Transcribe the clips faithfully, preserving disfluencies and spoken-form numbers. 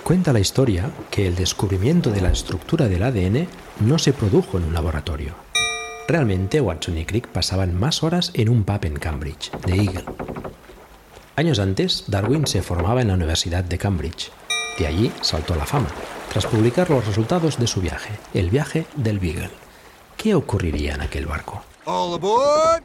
Cuenta la historia que el descubrimiento de la estructura del A D N no se produjo en un laboratorio. Realmente Watson y Crick pasaban más horas en un pub en Cambridge, The Eagle. Años antes, Darwin se formaba en la Universidad de Cambridge. De allí saltó a la fama, tras publicar los resultados de su viaje, el viaje del Beagle. ¿Qué ocurriría en aquel barco? All aboard!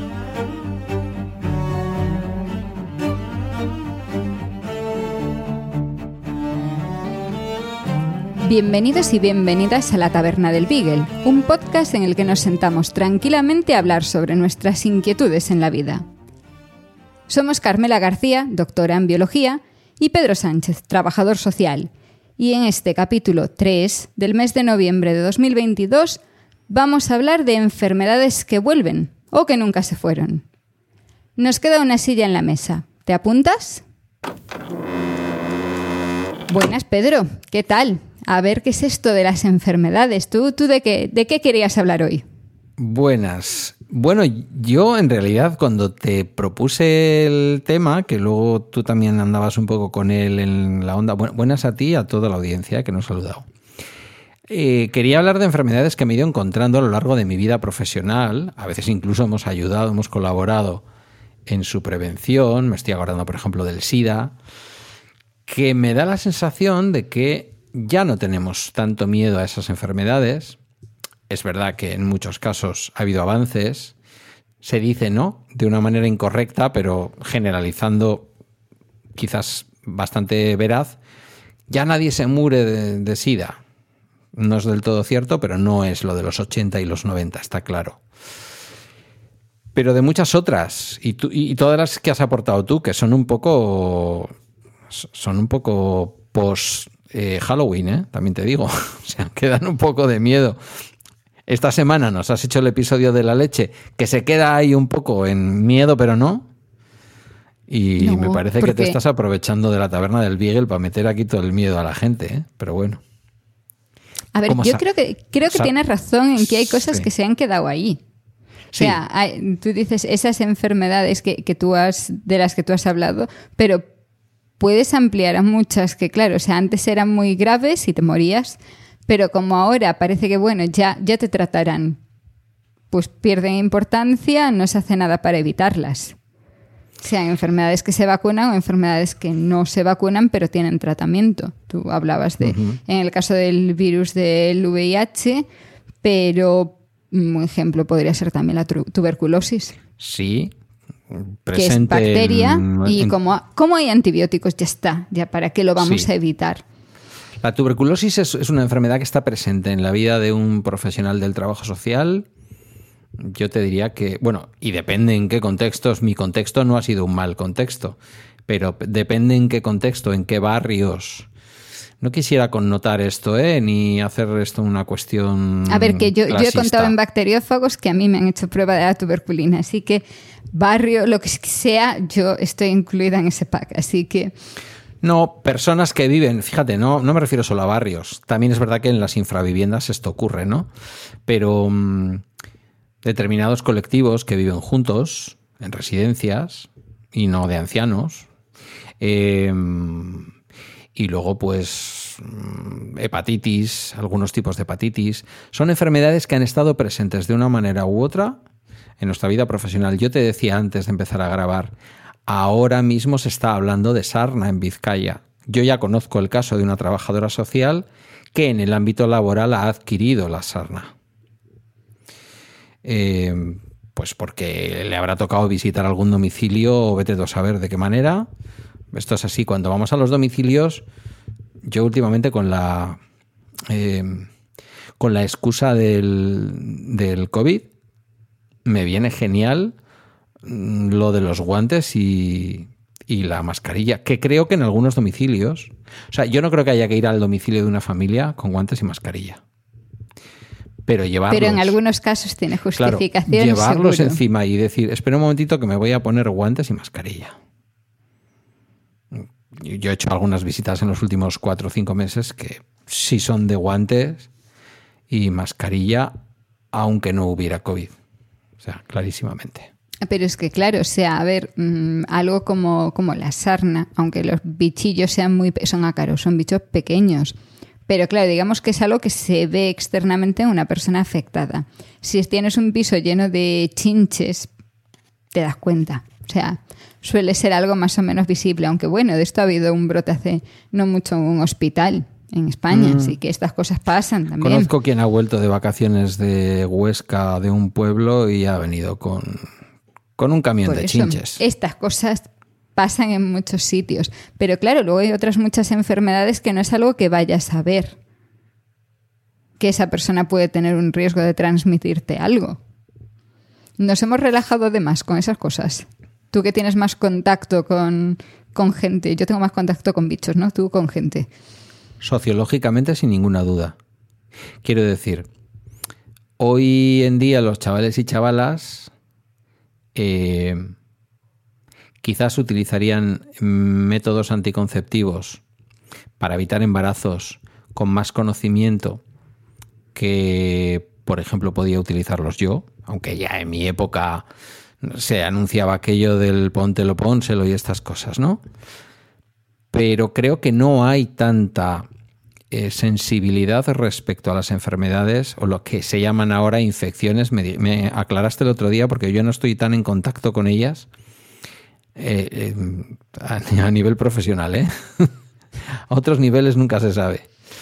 Bienvenidos y bienvenidas a La Taberna del Beagle, un podcast en el que nos sentamos tranquilamente a hablar sobre nuestras inquietudes en la vida. Somos Carmela García, doctora en biología, y Pedro Sánchez, trabajador social. Y en este capítulo tres del mes de noviembre de dos mil veintidós vamos a hablar de enfermedades que vuelven o que nunca se fueron. Nos queda una silla en la mesa. ¿Te apuntas? Buenas, Pedro. ¿Qué tal? A ver, ¿qué es esto de las enfermedades? ¿Tú, tú de qué, de qué querías hablar hoy? Buenas. Bueno, yo en realidad cuando te propuse el tema, que luego tú también andabas un poco con él en la onda, buenas a ti y a toda la audiencia que nos ha saludado. Eh, quería hablar de enfermedades que me he ido encontrando a lo largo de mi vida profesional. A veces incluso hemos ayudado, hemos colaborado en su prevención. Me estoy acordando, por ejemplo, del SIDA, que me da la sensación de que ya no tenemos tanto miedo a esas enfermedades. Es verdad que en muchos casos ha habido avances. Se dice, ¿no?, de una manera incorrecta, pero generalizando quizás bastante veraz, ya nadie se muere de, de SIDA. No es del todo cierto, pero no es lo de los ochenta y los noventa, está claro. Pero de muchas otras, y, tú, y todas las que has aportado tú, que son un poco, son un poco post eh, Halloween, ¿eh? También te digo, o sea, que dan un poco de miedo. Esta semana nos has hecho el episodio de la leche, que se queda ahí un poco en miedo, pero no. Y no, me parece que te estás aprovechando de la taberna del Beagle para meter aquí todo el miedo a la gente, ¿eh? Pero bueno. A ver, yo creo que creo que tienes razón en que hay cosas sí. que se han quedado ahí. Sí. O sea, hay, tú dices esas enfermedades que, que tú has, de las que tú has hablado, pero puedes ampliar a muchas que, claro, o sea, antes eran muy graves y te morías, pero como ahora parece que, bueno, ya, ya te tratarán, pues pierden importancia, no se hace nada para evitarlas. Sean enfermedades que se vacunan o enfermedades que no se vacunan pero tienen tratamiento. Tú hablabas de, uh-huh. en el caso del virus del V I H, pero un ejemplo podría ser también la tu- tuberculosis. Sí, presente. Que es bacteria en, y en... como, como hay antibióticos, ya está, ya para qué lo vamos sí. a evitar. La tuberculosis es, es una enfermedad que está presente en la vida de un profesional del trabajo social. Yo te diría que, bueno, y depende en qué contextos. Mi contexto no ha sido un mal contexto, pero depende en qué contexto, en qué barrios. No quisiera connotar esto, ¿eh? Ni hacer esto una cuestión A ver, que yo, yo he contado en bacteriófagos que a mí me han hecho prueba de la tuberculina, así que barrio, lo que sea, yo estoy incluida en ese pack, así que... No, personas que viven, fíjate, no, no me refiero solo a barrios. También es verdad que en las infraviviendas esto ocurre, ¿no? Pero mmm, determinados colectivos que viven juntos en residencias y no de ancianos. Eh, y luego, pues, hepatitis, algunos tipos de hepatitis. Son enfermedades que han estado presentes de una manera u otra en nuestra vida profesional. Yo te decía antes de empezar a grabar, ahora mismo se está hablando de sarna en Vizcaya. Yo ya conozco el caso de una trabajadora social que en el ámbito laboral ha adquirido la sarna. Eh, pues porque le habrá tocado visitar algún domicilio o vete tú a saber de qué manera. Esto es así. Cuando vamos a los domicilios, yo últimamente con la, eh, con la excusa del, del COVID, me viene genial lo de los guantes y, y la mascarilla, que creo que en algunos domicilios, o sea, yo no creo que haya que ir al domicilio de una familia con guantes y mascarilla, pero llevarlos... Pero en algunos casos tiene justificación. Claro, llevarlos seguro. encima y decir, espera un momentito que me voy a poner guantes y mascarilla. Yo he hecho algunas visitas en los últimos cuatro o cinco meses que sí son de guantes y mascarilla, aunque no hubiera COVID. O sea, clarísimamente. Pero es que claro, o sea, a ver, mmm, algo como, como la sarna, aunque los bichillos sean muy son ácaros, son bichos pequeños. Pero claro, digamos que es algo que se ve externamente en una persona afectada. Si tienes un piso lleno de chinches, te das cuenta. O sea, suele ser algo más o menos visible. Aunque bueno, de esto ha habido un brote hace no mucho en un hospital en España. Mm. Así que estas cosas pasan también. Conozco quien ha vuelto de vacaciones de Huesca, de un pueblo, y ha venido con, con un camión Por de eso, chinches. Estas cosas pasan en muchos sitios. Pero claro, luego hay otras muchas enfermedades que no es algo que vayas a ver. Que esa persona puede tener un riesgo de transmitirte algo. Nos hemos relajado de más con esas cosas. Tú que tienes más contacto con, con gente. Yo tengo más contacto con bichos, ¿no? Tú con gente. Sociológicamente, sin ninguna duda. Quiero decir, hoy en día los chavales y chavalas eh, quizás utilizarían métodos anticonceptivos para evitar embarazos con más conocimiento que, por ejemplo, podía utilizarlos yo, aunque ya en mi época se anunciaba aquello del póntelo, pónselo y estas cosas, ¿no? Pero creo que no hay tanta eh, sensibilidad respecto a las enfermedades o lo que se llaman ahora infecciones. Me, me aclaraste el otro día porque yo no estoy tan en contacto con ellas eh, eh, a, a nivel profesional, ¿eh? A otros niveles nunca se sabe.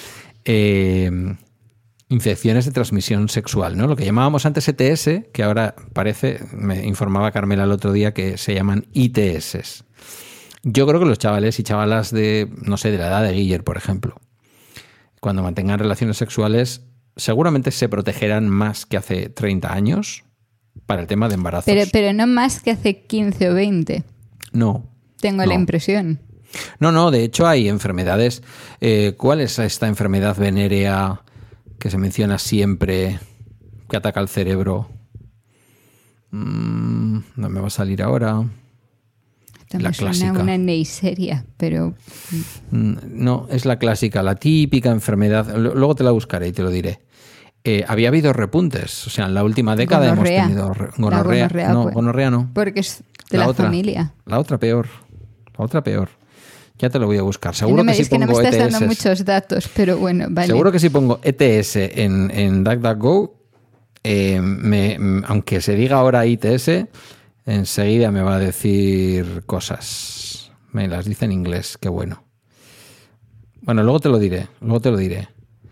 Eh, infecciones de transmisión sexual, ¿no? Lo que llamábamos antes E T S, que ahora parece, me informaba Carmela el otro día, que se llaman I T S. Yo creo que los chavales y chavalas de, no sé, de la edad de Guiller, por ejemplo, cuando mantengan relaciones sexuales, seguramente se protegerán más que hace treinta años para el tema de embarazos. Pero, pero no más que hace quince o veinte. No. Tengo no. la impresión. No, no, de hecho hay enfermedades. Eh, ¿Cuál es esta enfermedad venérea que se menciona siempre, que ataca al cerebro? Mm, no me va a salir ahora. La clásica. Una Neisseria, pero... No, es la clásica, la típica enfermedad. Luego te la buscaré y te lo diré. Eh, había habido repuntes. O sea, en la última década gonorrea. hemos tenido... Re- gonorrea. gonorrea. No, pues, gonorrea no. Porque es de la, la otra, familia. La otra peor. La otra peor. Ya te lo voy a buscar. Seguro no me, que si es que pongo no me estás E T S, dando muchos datos, pero bueno, vale. Seguro que si pongo E T S en, en DuckDuckGo, eh, me, aunque se diga ahora I T S, enseguida me va a decir cosas. Me las dice en inglés, qué bueno. Bueno, luego te lo diré, luego te lo diré.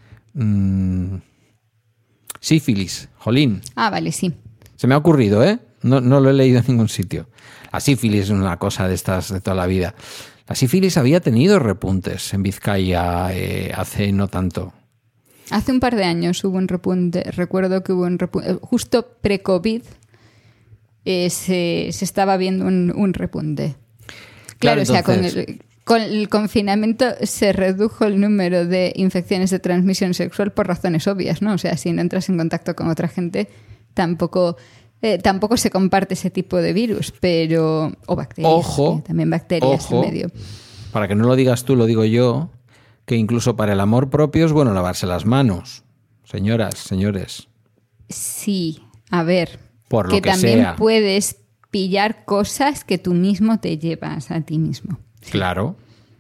Mm, sífilis, jolín. Ah, vale, sí. Se me ha ocurrido, ¿eh? No, no lo he leído en ningún sitio. La sífilis es una cosa de estas de toda la vida. La sífilis había tenido repuntes en Vizcaya eh, hace no tanto. Hace un par de años hubo un repunte. Recuerdo que hubo un repunte. Justo pre-COVID eh, se, se estaba viendo un, un repunte. Claro, claro, o sea, entonces... con, el, con el confinamiento se redujo el número de infecciones de transmisión sexual por razones obvias, ¿no? O sea, si no entras en contacto con otra gente, tampoco... Eh, tampoco se comparte ese tipo de virus, pero o bacterias, ojo, eh, también bacterias ojo, en medio. Para que no lo digas tú, lo digo yo, que incluso para el amor propio es bueno lavarse las manos, señoras, señores. Sí, a ver, Por lo que, que también sea. puedes pillar cosas que tú mismo te llevas a ti mismo. Sí. Claro.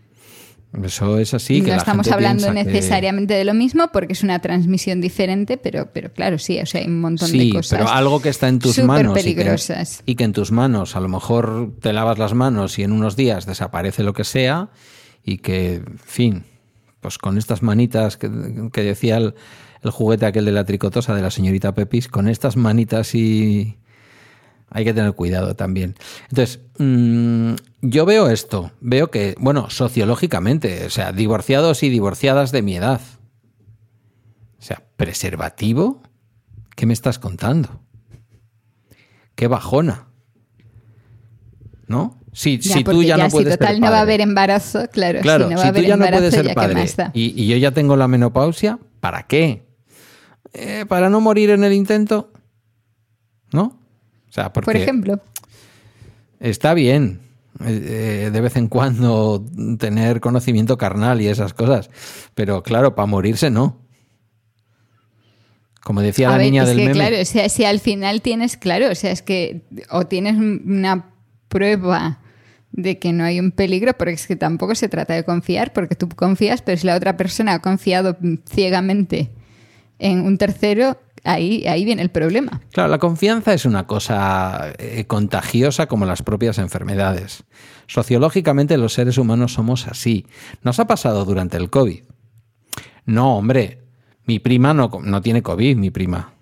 Eso es así. Que no la estamos gente hablando piensa necesariamente que... de lo mismo porque es una transmisión diferente, pero, pero claro, sí, o sea, hay un montón sí, de cosas. Pero algo que está en tus súper manos peligrosas. Y que, y que en tus manos a lo mejor te lavas las manos y en unos días desaparece lo que sea y que, en fin, pues con estas manitas que, que decía el, el juguete aquel de la tricotosa de la señorita Pepis, con estas manitas y... Hay que tener cuidado también. Entonces, mmm, yo veo esto, veo que, bueno, sociológicamente, o sea, divorciados y divorciadas de mi edad. O sea, ¿preservativo? ¿Qué me estás contando? ¡Qué bajona! ¿No? Si, ya, si tú ya, ya no puedes si total ser no padre. va a haber embarazo, claro. Claro, si no va si a haber tú ya embarazo, no puedes ser ya padre y, y yo ya tengo la menopausia, ¿para qué? Eh, ¿Para no morir en el intento? ¿No? O sea, porque por ejemplo. Está bien eh, de vez en cuando tener conocimiento carnal y esas cosas, pero claro, para morirse no. Como decía a la ver, niña es del que, meme. Claro, o sea, si al final tienes, claro, o sea, es que o tienes una prueba de que no hay un peligro, porque es que tampoco se trata de confiar, porque tú confías, pero si la otra persona ha confiado ciegamente en un tercero, ahí, ahí viene el problema. Claro, la confianza es una cosa eh, contagiosa como las propias enfermedades. Sociológicamente los seres humanos somos así. ¿Nos ha pasado durante el COVID? No, hombre, mi prima no, no tiene COVID, mi prima.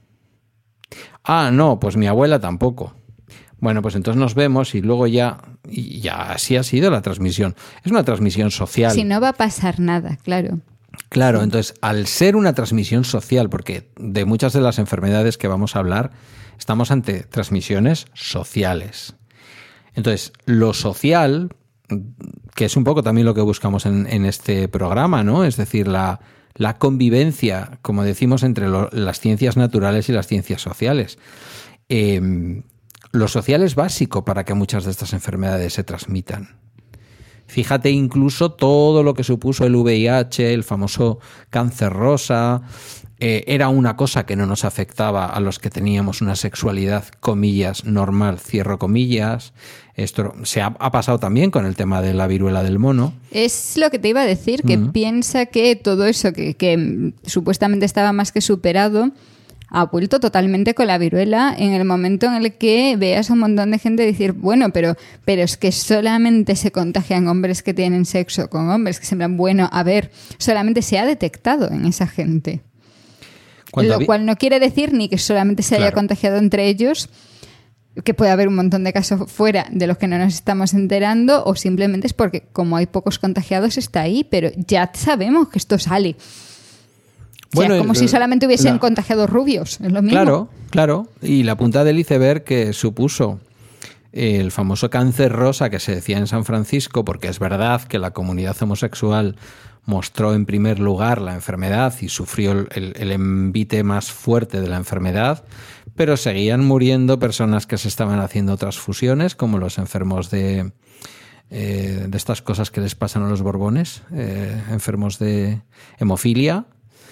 Ah, no, pues mi abuela tampoco. Bueno, pues entonces nos vemos y luego ya, y ya así ha sido la transmisión. Es una transmisión social. Si no va a pasar nada, claro. Claro, sí. Entonces, al ser una transmisión social, porque de muchas de las enfermedades que vamos a hablar, estamos ante transmisiones sociales. Entonces, lo social, que es un poco también lo que buscamos en, en este programa, ¿no? Es decir, la, la convivencia, como decimos, entre lo, las ciencias naturales y las ciencias sociales. Eh, Lo social es básico para que muchas de estas enfermedades se transmitan. Fíjate incluso todo lo que supuso el V I H, el famoso cáncer rosa, eh, era una cosa que no nos afectaba a los que teníamos una sexualidad, comillas, normal, cierro comillas. Esto se ha, ha pasado también con el tema de la viruela del mono. Es lo que te iba a decir, que uh-huh. piensa que todo eso que, que supuestamente estaba más que superado ha vuelto totalmente con la viruela en el momento en el que veas a un montón de gente decir, bueno, pero, pero es que solamente se contagian hombres que tienen sexo con hombres, que sembran, bueno, a ver, solamente se ha detectado en esa gente. Cuando Lo vi... cual no quiere decir ni que solamente se claro. haya contagiado entre ellos, que puede haber un montón de casos fuera de los que no nos estamos enterando, o simplemente es porque como hay pocos contagiados está ahí, pero ya sabemos que esto sale. Bueno, o sea, como el, si solamente hubiesen la, contagiado rubios, es lo mismo. Claro, claro. Y la punta del iceberg que supuso el famoso cáncer rosa que se decía en San Francisco, porque es verdad que la comunidad homosexual mostró en primer lugar la enfermedad y sufrió el, el, el envite más fuerte de la enfermedad, pero seguían muriendo personas que se estaban haciendo transfusiones, como los enfermos de, eh, de estas cosas que les pasan a los borbones, eh, enfermos de hemofilia.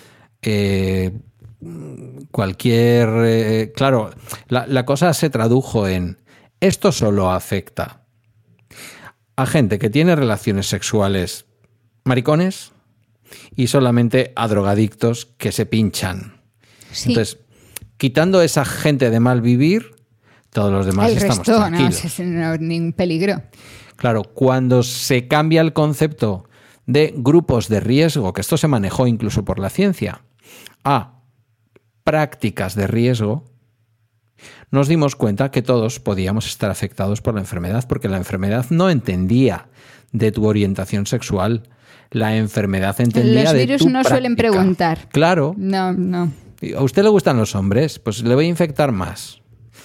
Eh, cualquier... Eh, claro, la, la cosa se tradujo en esto solo afecta a gente que tiene relaciones sexuales maricones y solamente a drogadictos que se pinchan. Sí. Entonces, quitando esa gente de mal vivir, todos los demás el estamos resto, tranquilos. No, no, ningún peligro. Claro, cuando se cambia el concepto de grupos de riesgo, que esto se manejó incluso por la ciencia, a prácticas de riesgo, nos dimos cuenta que todos podíamos estar afectados por la enfermedad, porque la enfermedad no entendía de tu orientación sexual, la enfermedad entendía Los de virus tu no práctica. Suelen preguntar. Claro. No, no. ¿A usted le gustan los hombres? Pues le voy a infectar más.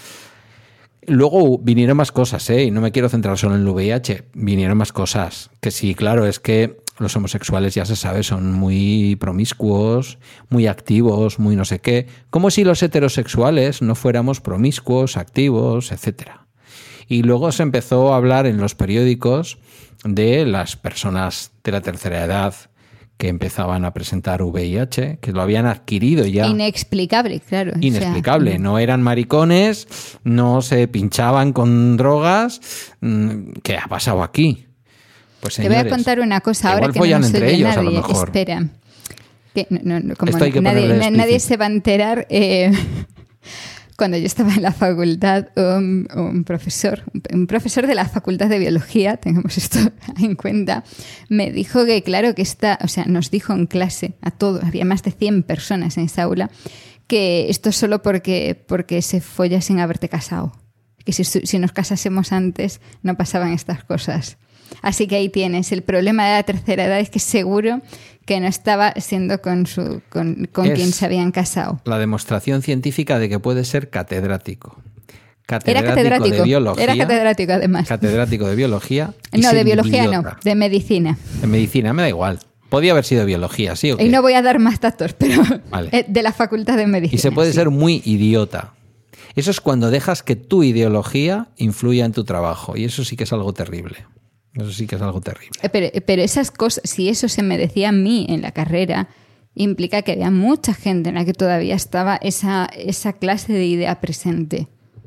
Luego vinieron más cosas, ¿eh? Y no me quiero centrar solo en el V I H. Vinieron más cosas. Que sí, claro, es que los homosexuales, ya se sabe, son muy promiscuos, muy activos, muy no sé qué. Como si los heterosexuales no fuéramos promiscuos, activos, etcétera. Y luego se empezó a hablar en los periódicos de las personas de la tercera edad que empezaban a presentar V I H, que lo habían adquirido ya. Inexplicable, claro. Inexplicable. O sea, no eran maricones, no se pinchaban con drogas. ¿Qué ha pasado aquí? Pues, señores, te voy a contar una cosa ahora que no nos entre oye ellos, nadie. A lo mejor. Espera. Que no, no, como Esto hay que nadie, nadie se va a enterar. Eh, cuando yo estaba en la facultad, un, un profesor, un profesor de la Facultad de Biología, tengamos esto en cuenta, me dijo que, claro, que esta, o sea, nos dijo en clase a todos, había más de cien personas en esa aula, que esto es solo porque, porque se folla sin haberte casado. Que si, si nos casásemos antes no pasaban estas cosas. Así que ahí tienes. El problema de la tercera edad es que seguro que no estaba siendo con, su, con, con quien se habían casado. La demostración científica de que puede ser catedrático. Catedrático Era catedrático. de biología. Era catedrático, además. Catedrático de biología. No, de biología idiota. No, de medicina. De medicina, me da igual. Podía haber sido biología, ¿sí o qué? Y no voy a dar más datos, pero vale. De la Facultad de Medicina. Y se puede sí. ser muy idiota. Eso es cuando dejas que tu ideología influya en tu trabajo. Y eso sí que es algo terrible. Eso sí que es algo terrible. Pero, pero esas cosas, si eso se me decía a mí en la carrera, implica que había mucha gente en la que todavía estaba esa, esa clase de idea presente.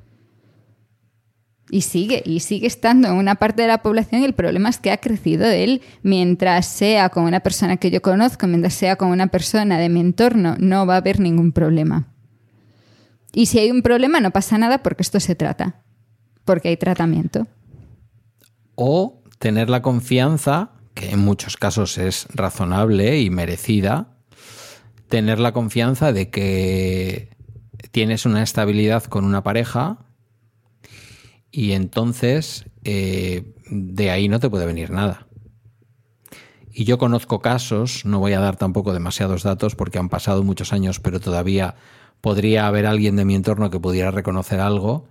Y sigue, y sigue estando en una parte de la población, y el problema es que ha crecido él. Mientras sea con una persona que yo conozco, mientras sea con una persona de mi entorno, no va a haber ningún problema. Y si hay un problema, no pasa nada porque esto se trata. Porque hay tratamiento. O tener la confianza, que en muchos casos es razonable y merecida, tener la confianza de que tienes una estabilidad con una pareja y entonces eh, de ahí no te puede venir nada. Y yo conozco casos, no voy a dar tampoco demasiados datos porque han pasado muchos años, pero todavía podría haber alguien de mi entorno que pudiera reconocer algo.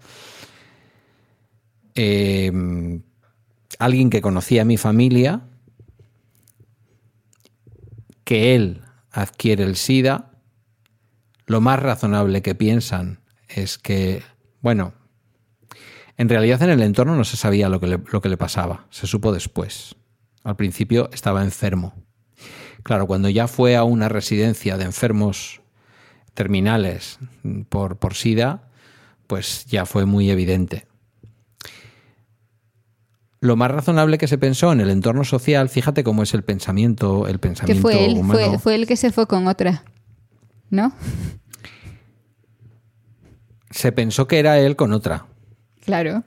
Eh, alguien que conocía a mi familia, que él adquiere el SIDA, lo más razonable que piensan es que, bueno, en realidad en el entorno no se sabía lo que le, lo que le pasaba, se supo después. Al principio estaba enfermo. Claro, cuando ya fue a una residencia de enfermos terminales por, por SIDA, pues ya fue muy evidente. Lo más razonable que se pensó en el entorno social, fíjate cómo es el pensamiento, el pensamiento que fue él, humano. Fue, fue el que se fue con otra, ¿no? Se pensó que era él con otra. Claro.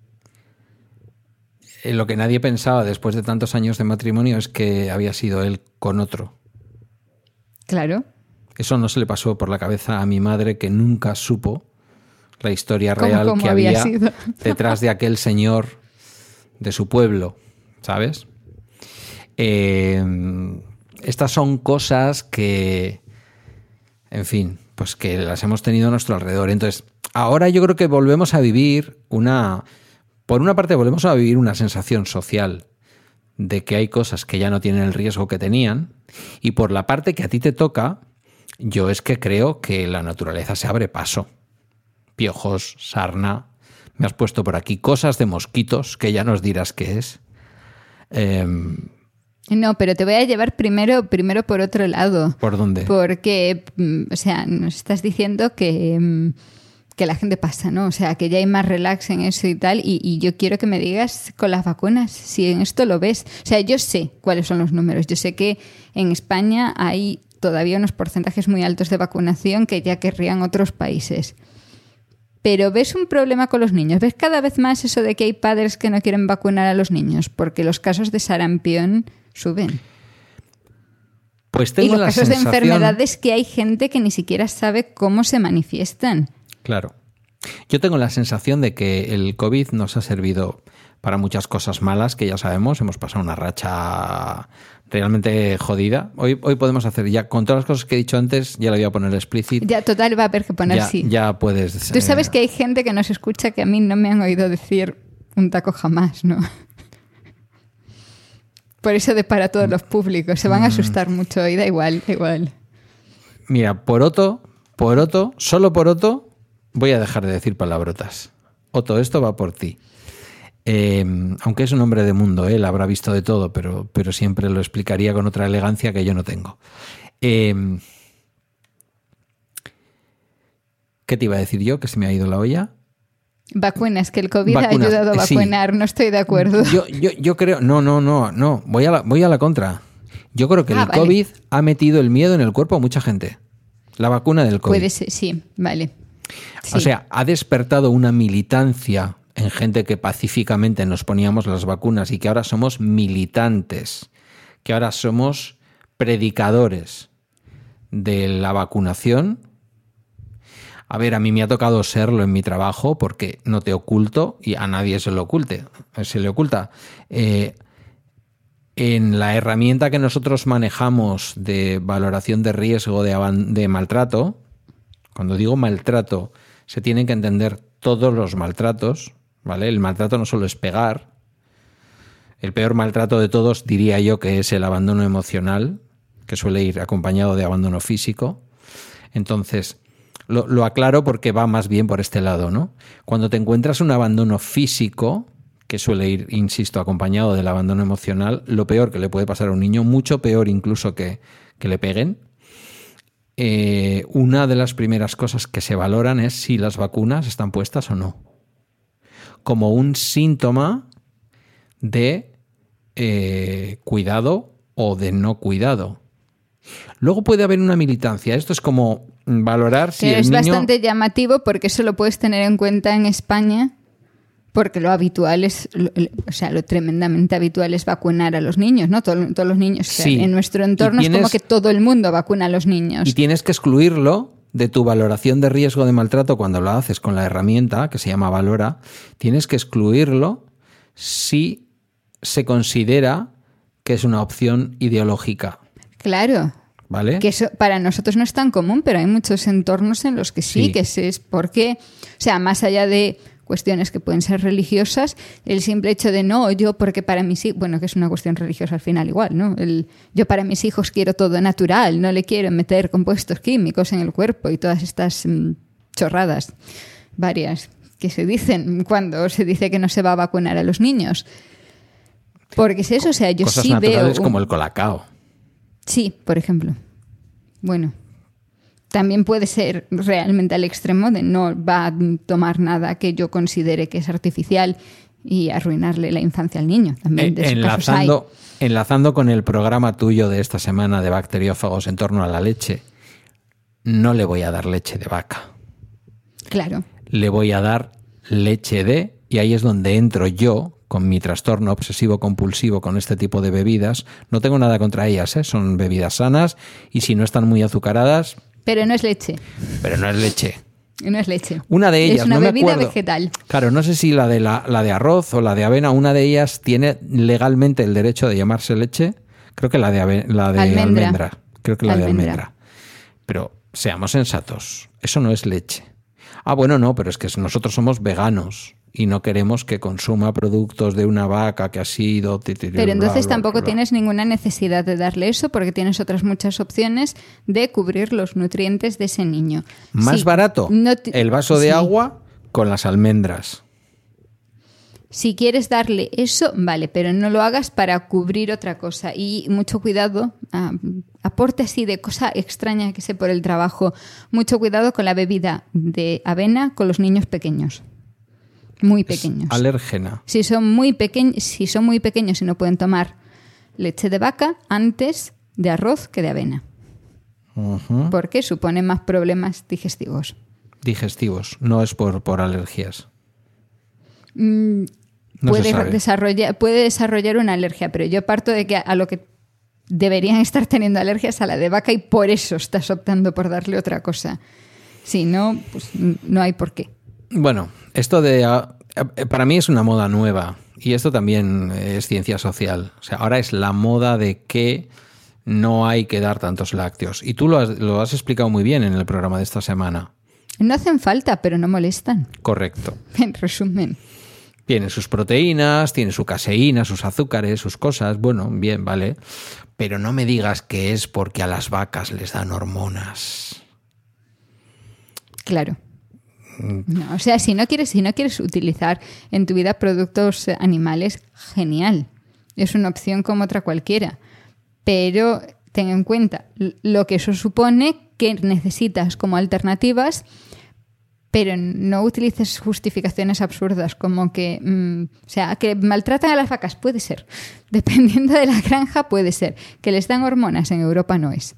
Lo que nadie pensaba después de tantos años de matrimonio es que había sido él con otro. Claro. Eso no se le pasó por la cabeza a mi madre, que nunca supo la historia real ¿Cómo, cómo que había había sido? detrás de aquel señor de su pueblo, ¿sabes? Eh, estas son cosas que, en fin, pues que las hemos tenido a nuestro alrededor. Entonces, ahora yo creo que volvemos a vivir una... Por una parte, volvemos a vivir una sensación social de que hay cosas que ya no tienen el riesgo que tenían, y por la parte que a ti te toca, yo es que creo que la naturaleza se abre paso. Piojos, sarna, me has puesto por aquí cosas de mosquitos, que ya nos dirás qué es. Eh, no, pero te voy a llevar primero, primero por otro lado. ¿Por dónde? Porque, o sea, nos estás diciendo que... que la gente pasa, ¿no? O sea, que ya hay más relax en eso y tal, y, y yo quiero que me digas con las vacunas, si en esto lo ves. O sea, yo sé cuáles son los números, yo sé que en España hay todavía unos porcentajes muy altos de vacunación que ya querrían otros países. Pero ¿ves un problema con los niños? ¿Ves cada vez más eso de que hay padres que no quieren vacunar a los niños? Porque los casos de sarampión suben. Pues tengo y los la casos sensación... de enfermedades que hay gente que ni siquiera sabe cómo se manifiestan. Claro. Yo tengo la sensación de que el COVID nos ha servido para muchas cosas malas, que ya sabemos, hemos pasado una racha realmente jodida. Hoy, hoy podemos hacer ya, con todas las cosas que he dicho antes, ya le voy a poner explícito. Ya, total, va a haber que poner ya, sí. Ya puedes... Tú sabes que hay gente que nos escucha que a mí no me han oído decir un taco jamás, ¿no? Por eso de para todos los públicos. Se van a asustar mucho y da igual, da igual. Mira, por Otto, por Otto, solo por Otto, voy a dejar de decir palabrotas. Otto, esto va por ti. Eh, aunque es un hombre de mundo, él habrá visto de todo, pero, pero siempre lo explicaría con otra elegancia que yo no tengo. Eh, ¿Qué te iba a decir yo? Que se me ha ido la olla. Vacunas, que el COVID Vacunas, ha ayudado a vacunar, sí. No estoy de acuerdo. Yo, yo, yo creo, no, no, no, no, voy a la, voy a la contra. Yo creo que ah, el vale. COVID ha metido el miedo en el cuerpo a mucha gente. La vacuna del COVID. Puede ser, sí, vale. Sí. O sea, ha despertado una militancia en gente que pacíficamente nos poníamos las vacunas y que ahora somos militantes, que ahora somos predicadores de la vacunación. A ver, a mí me ha tocado serlo en mi trabajo porque no te oculto, y a nadie se lo oculte, se le oculta. Eh, en la herramienta que nosotros manejamos de valoración de riesgo de, de maltrato, cuando digo maltrato, se tienen que entender todos los maltratos, ¿vale? El maltrato no solo es pegar. El peor maltrato de todos diría yo que es el abandono emocional, que suele ir acompañado de abandono físico. Entonces, lo, lo aclaro porque va más bien por este lado, ¿no? Cuando te encuentras un abandono físico, que suele ir, insisto, acompañado del abandono emocional, lo peor que le puede pasar a un niño, mucho peor incluso que, que le peguen, eh, una de las primeras cosas que se valoran es si las vacunas están puestas o no, como un síntoma de eh, cuidado o de no cuidado. Luego puede haber una militancia. Esto es como valorar si Pero el es niño... bastante llamativo porque eso lo puedes tener en cuenta en España, porque lo habitual es, lo, o sea, lo tremendamente habitual es vacunar a los niños, ¿no? Todo, todos los niños. O sea, sí. En nuestro entorno tienes, es como que todo el mundo vacuna a los niños. Y tienes que excluirlo de tu valoración de riesgo de maltrato cuando lo haces con la herramienta que se llama Valora. Tienes que excluirlo si se considera que es una opción ideológica. Claro. ¿Vale? Que eso para nosotros no es tan común, pero hay muchos entornos en los que sí, sí. que es porque, o sea, más allá de cuestiones que pueden ser religiosas, el simple hecho de no, yo porque para mis hijos, bueno, que es una cuestión religiosa al final igual, ¿no? El, yo para mis hijos quiero todo natural, no le quiero meter compuestos químicos en el cuerpo y todas estas mmm, chorradas varias que se dicen cuando se dice que no se va a vacunar a los niños. Porque es eso, o sea, yo Cosas sí veo... Cosas naturales como el colacao. Sí, por ejemplo. Bueno, también puede ser realmente al extremo de no va a tomar nada que yo considere que es artificial y arruinarle la infancia al niño. También de esos enlazando, casos hay. enlazando con el programa tuyo de esta semana de bacteriófagos en torno a la leche, no le voy a dar leche de vaca. Claro. Le voy a dar leche de, y ahí es donde entro yo con mi trastorno obsesivo-compulsivo con este tipo de bebidas. No tengo nada contra ellas, ¿eh? Son bebidas sanas y si no están muy azucaradas... Pero no es leche. Pero no es leche. No es leche. Una de ellas, es una no bebida me acuerdo. vegetal. Claro, no sé si la de la, la de arroz o la de avena, una de ellas tiene legalmente el derecho de llamarse leche. Creo que la de, ave, la de almendra. almendra. Creo que la almendra. de almendra. Pero seamos sensatos, eso no es leche. Ah, bueno, no, pero es que nosotros somos veganos y no queremos que consuma productos de una vaca que ha sido... Pero entonces bla, tampoco bla, bla. tienes ninguna necesidad de darle eso porque tienes otras muchas opciones de cubrir los nutrientes de ese niño. Más sí, barato, no te... el vaso de sí. agua con las almendras. Si quieres darle eso, vale, pero no lo hagas para cubrir otra cosa. Y mucho cuidado, ah, aporte así de cosa extraña que sé por el trabajo, mucho cuidado con la bebida de avena con los niños pequeños. Muy pequeños. Es alérgena. Si son muy pequeños, si son muy pequeños y no pueden tomar leche de vaca antes de arroz que de avena. Uh-huh. Porque supone más problemas digestivos. Digestivos, no es por, por alergias. Mm, no puede, desarrollar, puede desarrollar una alergia, pero yo parto de que a lo que deberían estar teniendo alergias a la de vaca y por eso estás optando por darle otra cosa. Si no, pues no hay por qué. Bueno, esto de... Para mí es una moda nueva y esto también es ciencia social. O sea, ahora es la moda de que no hay que dar tantos lácteos. Y tú lo has, lo has explicado muy bien en el programa de esta semana. No hacen falta, pero no molestan. Correcto. En resumen. Tiene sus proteínas, tiene su caseína, sus azúcares, sus cosas. Bueno, bien, vale. Pero no me digas que es porque a las vacas les dan hormonas. Claro. No, o sea, si no quieres, si no quieres utilizar en tu vida productos animales, genial. Es una opción como otra cualquiera. Pero ten en cuenta lo que eso supone que necesitas como alternativas, pero no utilices justificaciones absurdas como que, mmm, o sea, que maltratan a las vacas, puede ser. Dependiendo de la granja, puede ser. Que les dan hormonas en Europa no es.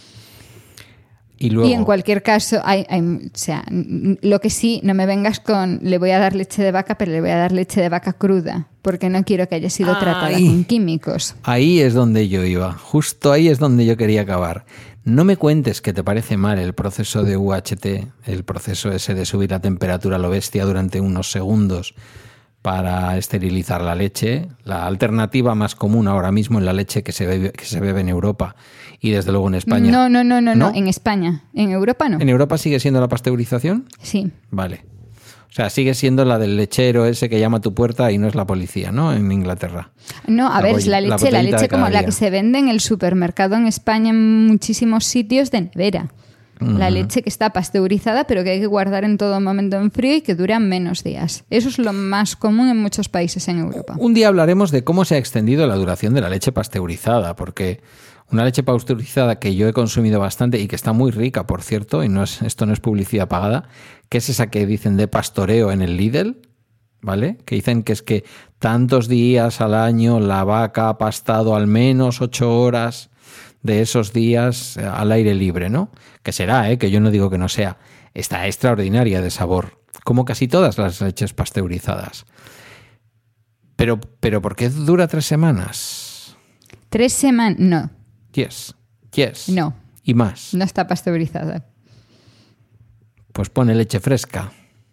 Y, luego, y en cualquier caso, hay, hay, o sea, lo que sí, no me vengas con le voy a dar leche de vaca, pero le voy a dar leche de vaca cruda, porque no quiero que haya sido ah, tratada ahí, con químicos. Ahí es donde yo iba, justo ahí es donde yo quería acabar. No me cuentes que te parece mal el proceso de U H T, el proceso ese de subir la temperatura a lo bestia durante unos segundos para esterilizar la leche, la alternativa más común ahora mismo en la leche que se bebe, que se bebe en Europa y desde luego en España. No, no, no, no, no, en España. En Europa no. ¿En Europa sigue siendo la pasteurización? Sí. Vale. O sea, sigue siendo la del lechero ese que llama a tu puerta y no es la policía, ¿no? En Inglaterra. No, a la ver, boll- es la leche, la la leche como día. la que se vende en el supermercado en España en muchísimos sitios de nevera. Uh-huh. La leche que está pasteurizada pero que hay que guardar en todo momento en frío y que dura menos días. Eso es lo más común en muchos países en Europa. Un día hablaremos de cómo se ha extendido la duración de la leche pasteurizada, porque Una leche pasteurizada que yo he consumido bastante y que está muy rica, por cierto, y no es, esto no es publicidad pagada, que es esa que dicen de pastoreo en el Lidl, ¿vale? Que dicen que es que tantos días al año la vaca ha pastado al menos ocho horas de esos días al aire libre, ¿no? Que será, ¿eh? Que yo no digo que no sea. Está extraordinaria de sabor, como casi todas las leches pasteurizadas. Pero, pero ¿por qué dura tres semanas? Tres semanas, no. Yes, yes. No. Y más. No está pasteurizada. Pues pone leche fresca.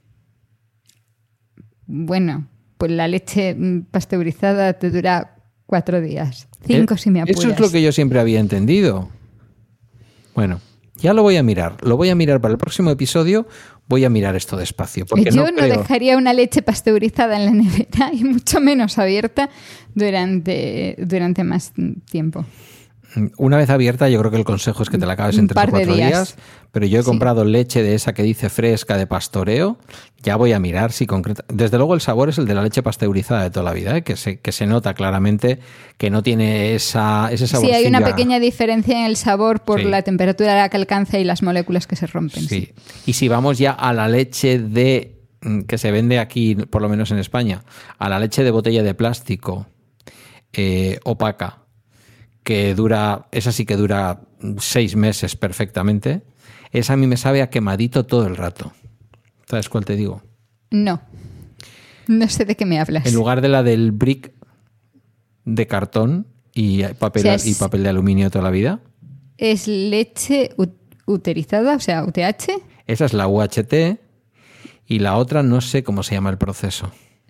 Bueno, pues la leche pasteurizada te dura cuatro días. Cinco ¿Eh? si me apuras. Eso es lo que yo siempre había entendido. Bueno, ya lo voy a mirar. Lo voy a mirar para el próximo episodio. Voy a mirar esto despacio. Porque yo no, no creo... dejaría una leche pasteurizada en la nevera y mucho menos abierta durante, durante más tiempo. Una vez abierta, yo creo que el consejo es que te la acabes en tres o cuatro días. días. Pero yo he comprado sí. leche de esa que dice fresca de pastoreo. Ya voy a mirar si concreta. Desde luego el sabor es el de la leche pasteurizada de toda la vida, ¿eh? que, se, que se nota claramente que no tiene esa, ese saborcillo. Sí, hay una pequeña diferencia en el sabor por sí. la temperatura a la que alcanza y las moléculas que se rompen. Sí. sí. Y si vamos ya a la leche de que se vende aquí, por lo menos en España, a la leche de botella de plástico eh, opaca, que dura, esa sí que dura seis meses perfectamente, esa a mí me sabe a quemadito todo el rato. ¿Sabes cuál te digo? No, no sé de qué me hablas. En lugar de la del brick de cartón y papel, o sea, es, y papel de aluminio toda la vida. ¿Es leche uterizada, o sea, U T H? Esa es la U H T y la otra no sé cómo se llama el proceso.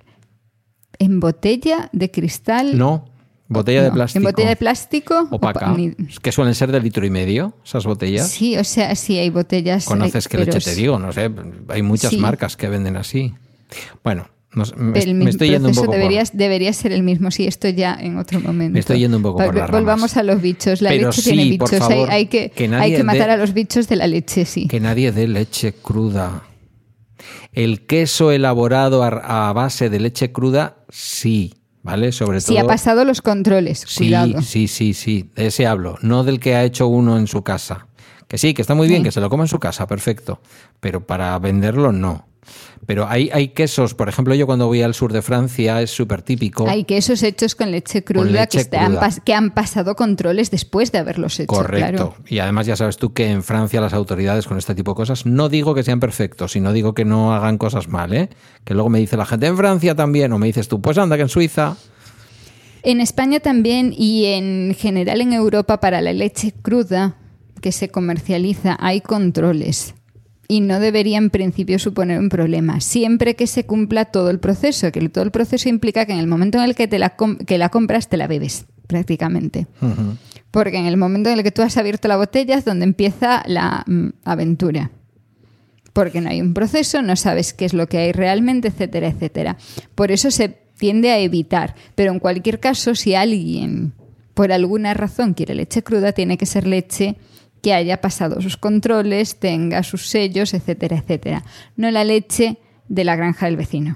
¿En botella de cristal? No. Botella no, de plástico. ¿En botella de plástico? Opaca. Opa, ni... Que suelen ser de litro y medio, esas botellas. Sí, o sea, sí hay botellas. ¿Conoces hay, qué leche te digo? No sé, hay muchas sí. marcas que venden así. Bueno, no, me, el me estoy yendo un poco deberías, por... debería ser el mismo, sí, esto ya en otro momento. Me estoy yendo un poco por las ramas. Volvamos a los bichos. La Pero leche sí, tiene bichos. Favor, hay, hay, que, que hay que matar de, a los bichos de la leche, sí. Que nadie dé leche cruda. El queso elaborado a, a base de leche cruda, sí. ¿Vale? Sobre todo. Si ha pasado los controles, sí, cuidado. Sí, sí, sí, de ese hablo, no del que ha hecho uno en su casa. Que sí, que está muy bien, sí. que se lo coma en su casa, perfecto, pero para venderlo no. Pero hay, hay quesos, por ejemplo, yo cuando voy al sur de Francia es súper típico. Hay quesos hechos con leche cruda, con leche que, cruda. Han, que han pasado controles después de haberlos hecho. Correcto. Claro. Y además ya sabes tú que en Francia las autoridades con este tipo de cosas, no digo que sean perfectos, sino digo que no hagan cosas mal, ¿eh? Que luego me dice la gente, en Francia también, o me dices tú, pues anda que en Suiza... En España también y en general en Europa para la leche cruda que se comercializa hay controles y no debería en principio suponer un problema, siempre que se cumpla todo el proceso, que todo el proceso implica que en el momento en el que, te la, que la compras te la bebes prácticamente. Uh-huh. Porque en el momento en el que tú has abierto la botella es donde empieza la mm, aventura. Porque no hay un proceso, no sabes qué es lo que hay realmente, etcétera, etcétera. Por eso se tiende a evitar, pero en cualquier caso, si alguien por alguna razón quiere leche cruda, tiene que ser leche que haya pasado sus controles, tenga sus sellos, etcétera, etcétera. No la leche de la granja del vecino.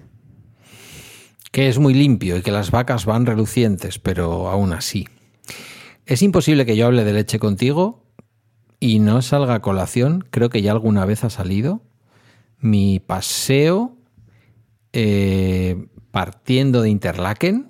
Que es muy limpio y que las vacas van relucientes, pero aún así. Es imposible que yo hable de leche contigo y no salga a colación, creo que ya alguna vez ha salido, mi paseo... Eh, partiendo de Interlaken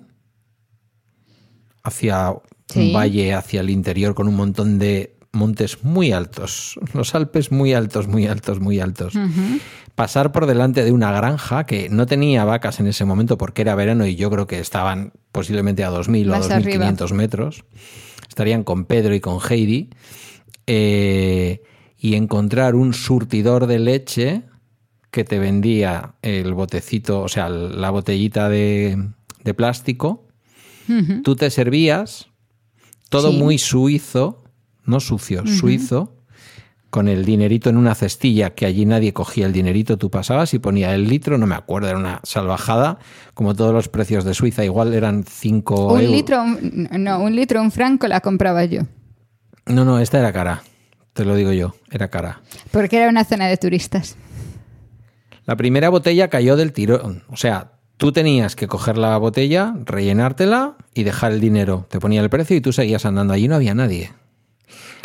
hacia sí. un valle, hacia el interior con un montón de montes muy altos, los Alpes muy altos, muy altos, muy altos. Uh-huh. Pasar por delante de una granja que no tenía vacas en ese momento porque era verano y yo creo que estaban posiblemente a dos mil o a dos mil quinientos metros. Estarían con Pedro y con Heidi. Eh, y encontrar un surtidor de leche que te vendía el botecito, o sea, la botellita de, de plástico. Uh-huh. Tú te servías, todo sí. muy suizo, no sucio, uh-huh. suizo, con el dinerito en una cestilla, que allí nadie cogía el dinerito, tú pasabas y ponía el litro, no me acuerdo, era una salvajada, como todos los precios de Suiza, igual eran cinco un euros. Litro, un, no, un litro, un franco la compraba yo. No, no, esta era cara, te lo digo yo, era cara. Porque era una zona de turistas. La primera botella cayó del tirón. O sea, tú tenías que coger la botella, rellenártela y dejar el dinero. Te ponía el precio y tú seguías andando. Allí no había nadie.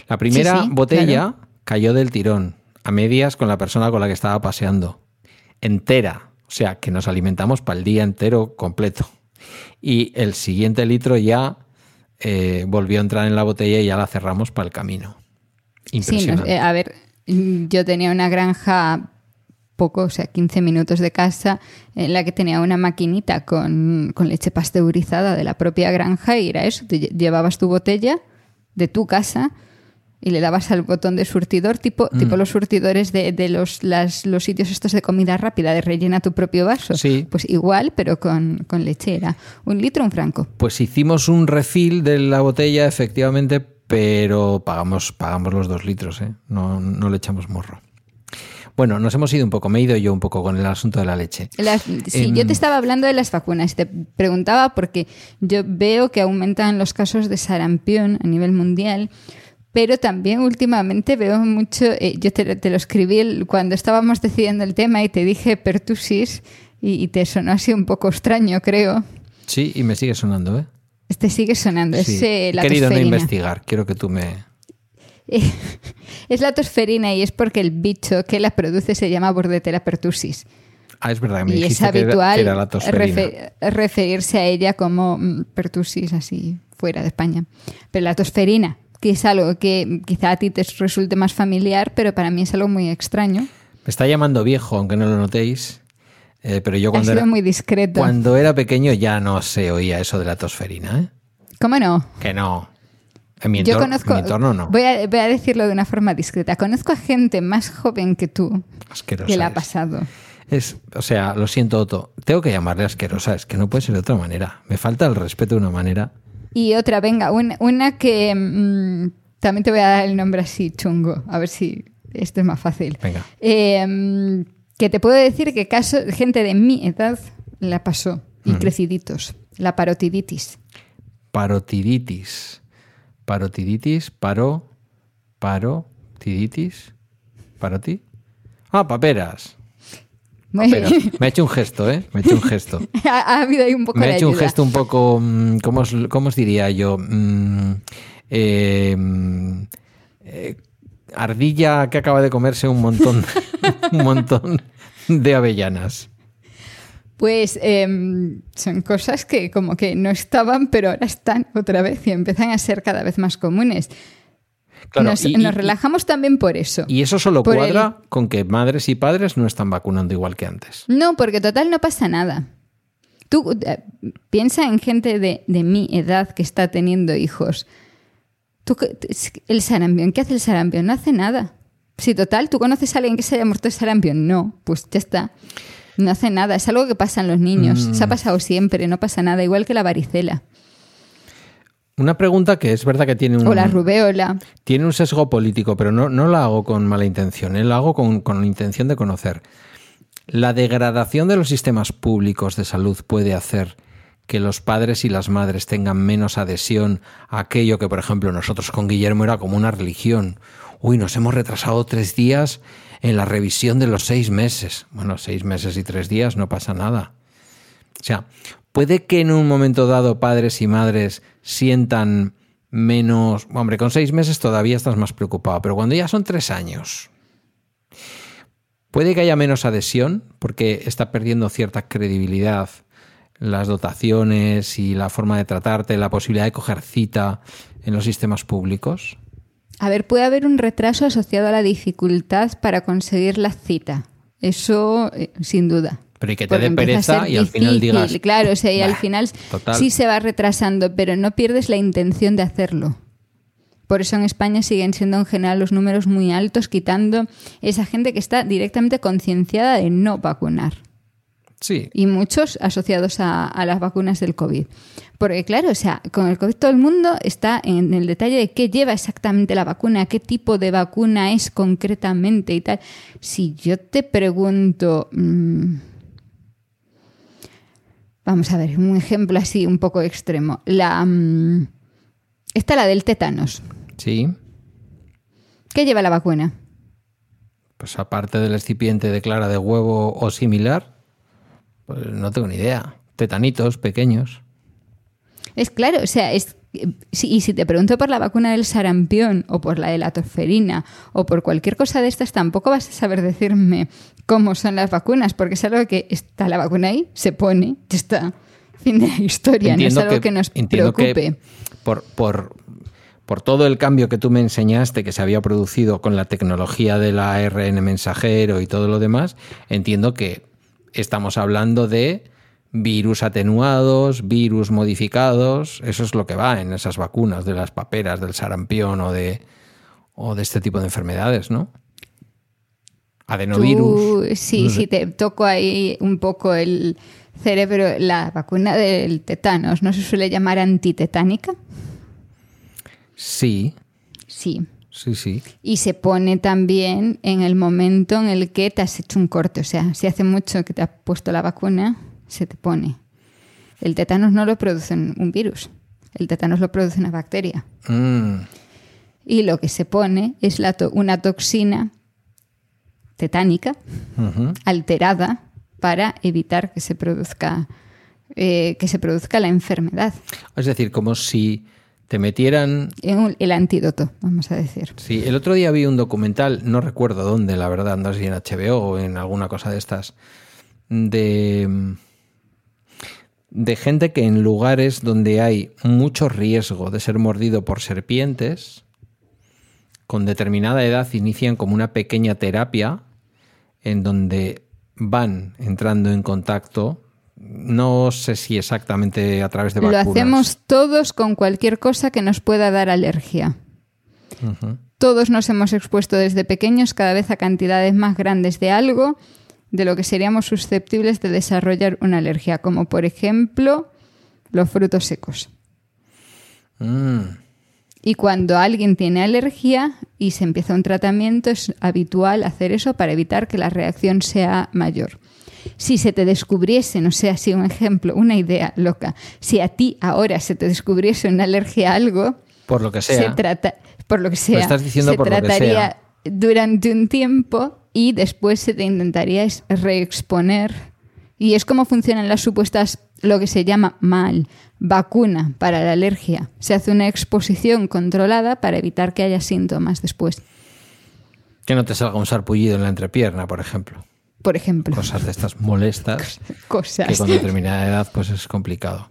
La primera sí, sí, botella claro. cayó del tirón, a medias con la persona con la que estaba paseando. Entera. O sea, que nos alimentamos para el día entero completo. Y el siguiente litro ya eh, volvió a entrar en la botella y ya la cerramos para el camino. Impresionante. Sí, no, eh, a ver, yo tenía una granja poco, o sea, quince minutos de casa, en la que tenía una maquinita con, con leche pasteurizada de la propia granja y era eso, te llevabas tu botella de tu casa y le dabas al botón de surtidor, tipo, mm. tipo los surtidores de, de los, las, los sitios estos de comida rápida, de rellena tu propio vaso. Sí. Pues igual, pero con, con lechera. Un litro, un franco. Pues hicimos un refill de la botella, efectivamente, pero pagamos, pagamos los dos litros, ¿eh? No, no le echamos morro. Bueno, nos hemos ido un poco, me he ido yo un poco con el asunto de la leche. Las, sí, eh, yo te estaba hablando de las vacunas. Te preguntaba porque yo veo que aumentan los casos de sarampión a nivel mundial, pero también últimamente veo mucho... Eh, yo te, te lo escribí cuando estábamos decidiendo el tema y te dije pertusis y, y te sonó así un poco extraño, creo. Sí, y me sigue sonando, ¿eh? Te sigue sonando. Sí. Es eh, la He querido tosferina. no investigar, quiero que tú me... Es la tosferina y es porque el bicho que la produce se llama Bordetella pertussis. Ah, es verdad que me y dijiste es habitual que era, que era la tosferina. refer, referirse a ella como mm, pertussis así fuera de España. Pero la tosferina, que es algo que quizá a ti te resulte más familiar, pero para mí es algo muy extraño. Me está llamando viejo, aunque no lo notéis. Eh, pero yo cuando ha sido era, muy discreto. Cuando era pequeño ya no se oía eso de la tosferina, ¿eh? ¿Cómo no? Que no. En mi, Yo entor- conozco, en mi entorno no. Voy a, voy a decirlo de una forma discreta. Conozco a gente más joven que tú Asquerosa que la ha es. pasado. Es, o sea, lo siento, Otto. Tengo que llamarle asquerosa. Es que no puede ser de otra manera. Me falta el respeto de una manera. Y otra, venga, una, una que mmm, también te voy a dar el nombre así chungo. A ver si esto es más fácil. Venga. Eh, que te puedo decir que caso, gente de mi edad la pasó. Y mm. creciditos. La parotiditis. Parotiditis. Parotiditis, paro, parotiditis, paroti. Ah, paperas. paperas. Me ha hecho un gesto, ¿eh? Me ha hecho un gesto. ha, ha habido ahí un poco Me de ha hecho ayuda. un gesto un poco, ¿cómo os, cómo os diría yo? Eh, eh, ardilla que acaba de comerse un montón, un montón de avellanas. Pues eh, son cosas que como que no estaban, pero ahora están otra vez y empiezan a ser cada vez más comunes. Claro, nos, y, nos y, relajamos también por eso. Y eso solo por cuadra el... con que madres y padres no están vacunando igual que antes. No, porque total no pasa nada. Tú eh, piensa en gente de, de mi edad que está teniendo hijos. Tú, el sarampión, ¿qué hace el sarampión? No hace nada. Si total, ¿tú conoces a alguien que se haya muerto de sarampión? No, pues ya está. No hace nada, es algo que pasa en los niños. Mm. Se ha pasado siempre, no pasa nada, igual que la varicela. Una pregunta que es verdad que tiene un... O la rubeola. Tiene un sesgo político, pero no, no la hago con mala intención, ¿eh? La hago con, con la intención de conocer. ¿La degradación de los sistemas públicos de salud puede hacer que los padres y las madres tengan menos adhesión a aquello que, por ejemplo, nosotros con Guillermo era como una religión? Uy, nos hemos retrasado tres días en la revisión de los seis meses. Bueno, seis meses y tres días no pasa nada. O sea, puede que en un momento dado padres y madres sientan menos... Hombre, con seis meses todavía estás más preocupado, pero cuando ya son tres años, puede que haya menos adhesión porque está perdiendo cierta credibilidad las dotaciones y la forma de tratarte, la posibilidad de coger cita en los sistemas públicos. A ver, puede haber un retraso asociado a la dificultad para conseguir la cita. Eso, eh, sin duda. Pero y que te dé pereza y al final digas... Claro, o sea, y bah, al final total. Sí se va retrasando, pero no pierdes la intención de hacerlo. Por eso en España siguen siendo en general los números muy altos, quitando esa gente que está directamente concienciada de no vacunar. Sí. Y muchos asociados a, a las vacunas del COVID. Porque claro, o sea, con el COVID todo el mundo está en el detalle de qué lleva exactamente la vacuna, qué tipo de vacuna es concretamente y tal. Si yo te pregunto... Mmm, vamos a ver, un ejemplo así un poco extremo. La, mmm, esta la del tétanos. Sí. ¿Qué lleva la vacuna? Pues aparte del excipiente de clara de huevo o similar... Pues no tengo ni idea. Tetanitos pequeños. Es claro, o sea, es, si, y si te pregunto por la vacuna del sarampión o por la de la tosferina o por cualquier cosa de estas, tampoco vas a saber decirme cómo son las vacunas, porque es algo que está la vacuna ahí, se pone, ya está, fin de la historia, entiendo no es algo que, que nos preocupe. Que por, por, por todo el cambio que tú me enseñaste que se había producido con la tecnología del A R N mensajero y todo lo demás, entiendo que estamos hablando de virus atenuados, virus modificados, eso es lo que va en esas vacunas de las paperas, del sarampión o de, o de este tipo de enfermedades, ¿no? Adenovirus. Tú, sí, no sí, sé. te toco ahí un poco el cerebro. La vacuna del tétanos, ¿no se suele llamar antitetánica? Sí. Sí. Sí, sí. Y se pone también en el momento en el que te has hecho un corte. O sea, si hace mucho que te has puesto la vacuna, se te pone. El tétanos no lo produce un virus. El tétanos lo produce una bacteria. Mm. Y lo que se pone es la to- una toxina tetánica Uh-huh. alterada para evitar que se produzca eh, que se produzca la enfermedad. Es decir, como si te metieran... El antídoto, vamos a decir. Sí, el otro día vi un documental, no recuerdo dónde, la verdad, no sé si en H B O o en alguna cosa de estas, de, de gente que en lugares donde hay mucho riesgo de ser mordido por serpientes, con determinada edad inician como una pequeña terapia en donde van entrando en contacto, no sé si exactamente a través de vacunas. Lo hacemos todos con cualquier cosa que nos pueda dar alergia. Uh-huh. Todos nos hemos expuesto desde pequeños cada vez a cantidades más grandes de algo de lo que seríamos susceptibles de desarrollar una alergia, como por ejemplo los frutos secos. Mm. Y cuando alguien tiene alergia y se empieza un tratamiento, es habitual hacer eso para evitar que la reacción sea mayor. Si se te descubriese, no sé, así un ejemplo, una idea loca, si a ti ahora se te descubriese una alergia a algo, por lo que sea, se trata, por lo que sea, lo estás diciendo se por lo que trataría sea. durante un tiempo y después se te intentaría es- reexponer. Y es como funcionan las supuestas, lo que se llama mal, vacuna para la alergia. Se hace una exposición controlada para evitar que haya síntomas después. Que no te salga un sarpullido en la entrepierna, por ejemplo. Por ejemplo. Cosas de estas molestas Cosas. que con determinada edad pues es complicado.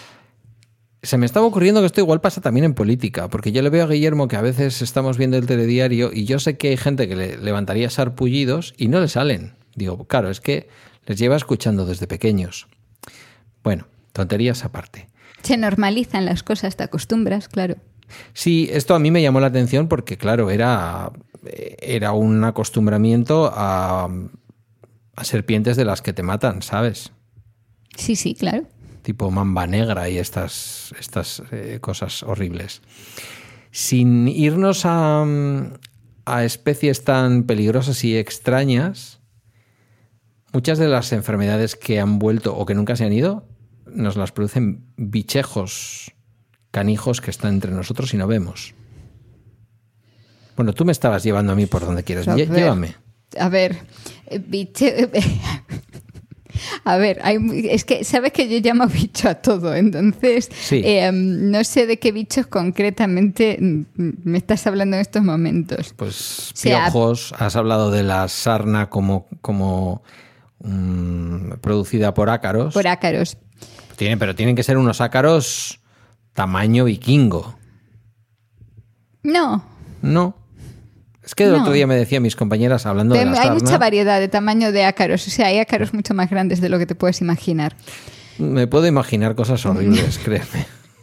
Se me estaba ocurriendo que esto igual pasa también en política, porque yo le veo a Guillermo que a veces estamos viendo el telediario y yo sé que hay gente que le levantaría sarpullidos y no le salen. Digo, claro, es que les lleva escuchando desde pequeños. Bueno, tonterías aparte. Se normalizan las cosas, te acostumbras, claro. Sí, esto a mí me llamó la atención porque, claro, era, era un acostumbramiento a, a serpientes de las que te matan, ¿sabes? Sí, sí, claro. Tipo mamba negra y estas, estas eh, cosas horribles. Sin irnos a, a especies tan peligrosas y extrañas, muchas de las enfermedades que han vuelto o que nunca se han ido, nos las producen bichejos canijos que están entre nosotros y no vemos. Bueno, tú me estabas llevando a mí por donde quieras. A ver, Llévame. A ver, eh, biche... A ver, hay, es que sabes que yo llamo bicho a todo, entonces Sí. eh, no sé de qué bichos concretamente me estás hablando en estos momentos. Pues O sea, piojos, has hablado de la sarna como, como um, producida por ácaros. por ácaros. Tienen, pero tienen que ser unos ácaros tamaño vikingo. No, No. Es que el No. otro día me decían mis compañeras hablando de Tem- la hay sarna. mucha variedad de tamaño de ácaros, o sea, hay ácaros mucho más grandes de lo que te puedes imaginar. Me puedo imaginar cosas horribles, créeme.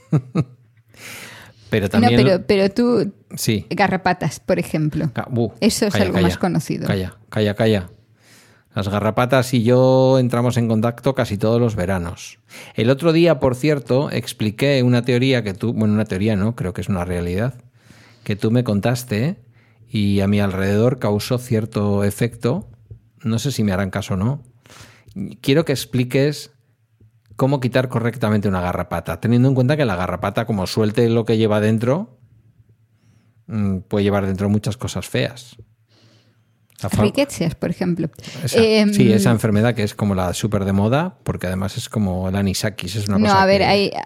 Pero también... No, pero, pero tú, Sí. garrapatas, por ejemplo. Ca- uh, Eso es calla, algo calla, más conocido. Calla, calla, calla. Las garrapatas y yo entramos en contacto casi todos los veranos. El otro día, por cierto, expliqué una teoría que tú... Bueno, una teoría no, creo que es una realidad. Que tú me contaste y a mi alrededor causó cierto efecto. No sé si me harán caso o no. Quiero que expliques cómo quitar correctamente una garrapata, teniendo en cuenta que la garrapata, como suelte lo que lleva dentro, puede llevar dentro muchas cosas feas. La fa- Riquecias, por ejemplo. esa, Eh, sí, esa enfermedad que es como la súper de moda, porque además es como el anisakis, es una No, cosa a ver, que- hay,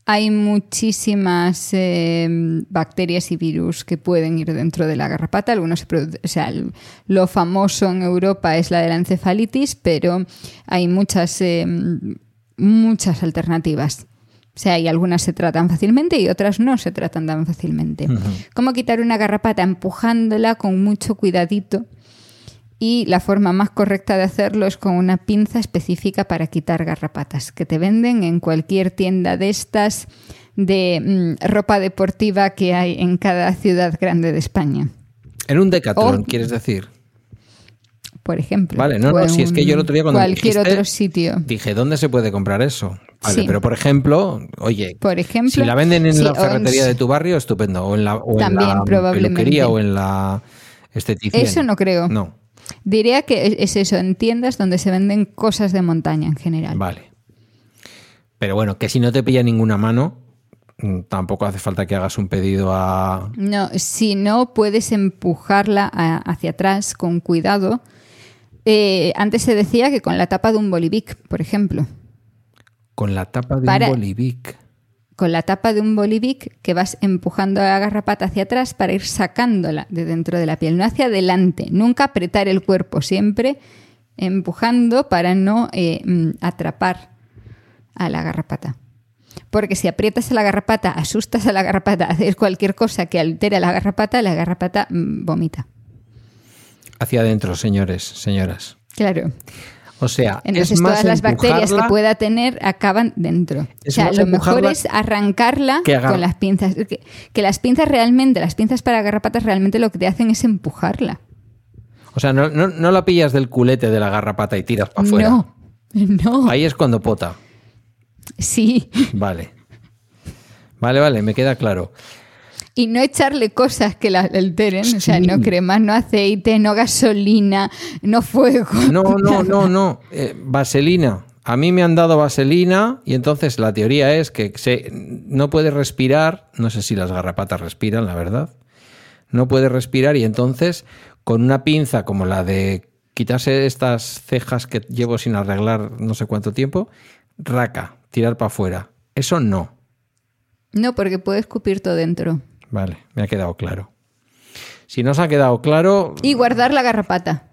hay muchísimas eh, bacterias y virus que pueden ir dentro de la garrapata. Algunos, o sea, lo famoso en Europa es la de la encefalitis, pero hay muchas, eh, muchas alternativas. O sea, y algunas se tratan fácilmente y otras no se tratan tan fácilmente. Uh-huh. ¿Cómo quitar una garrapata? Empujándola con mucho cuidadito. Y la forma más correcta de hacerlo es con una pinza específica para quitar garrapatas, que te venden en cualquier tienda de estas de mmm, ropa deportiva que hay en cada ciudad grande de España. En un Decathlon, o, ¿quieres decir? Por ejemplo. Vale, no, no, si es que yo el otro día cuando cualquier dijiste, otro sitio. Dije, ¿dónde se puede comprar eso? Vale, sí. Pero por ejemplo, oye, por ejemplo, si la venden en sí, la ferretería en, de tu barrio, estupendo. O en la, o también, en la probablemente. peluquería o en la esteticien. Eso no creo. No. Diría que es eso, en tiendas donde se venden cosas de montaña en general. Vale. Pero bueno, que si no te pilla ninguna mano, tampoco hace falta que hagas un pedido a... No, si no, puedes empujarla a, hacia atrás con cuidado. Eh, antes se decía que con la tapa de un Bolivic, por ejemplo. Con la tapa de Para... un Bolivic. Con la tapa de un Bolivic que vas empujando la garrapata hacia atrás para ir sacándola de dentro de la piel, no hacia adelante, nunca apretar el cuerpo, siempre empujando para no eh, atrapar a la garrapata. Porque si aprietas a la garrapata, asustas a la garrapata, haces cualquier cosa que altere a la garrapata, la garrapata mm, vomita. Hacia adentro, señores, señoras. Claro. O sea, entonces es más todas las bacterias que empujarla, pueda tener acaban dentro. O sea, lo mejor es arrancarla con las pinzas. Que, que las pinzas realmente, las pinzas para garrapatas realmente lo que te hacen es empujarla. O sea, no, no, no la pillas del culete de la garrapata y tiras para afuera. No, no. Ahí es cuando pota. Sí. Vale. Vale, vale, me queda claro. Y no echarle cosas que la alteren, sí. O sea, no cremas, no aceite, no gasolina, no fuego. No, no, no, no. Eh, vaselina. A mí me han dado vaselina y entonces la teoría es que se, no puede respirar. No sé si las garrapatas respiran, la verdad. No puede respirar y entonces con una pinza como la de quitarse estas cejas que llevo sin arreglar no sé cuánto tiempo, raca, tirar para afuera. Eso no. No, porque puede escupir todo dentro. Vale, me ha quedado claro. Si no os ha quedado claro... Y guardar la garrapata.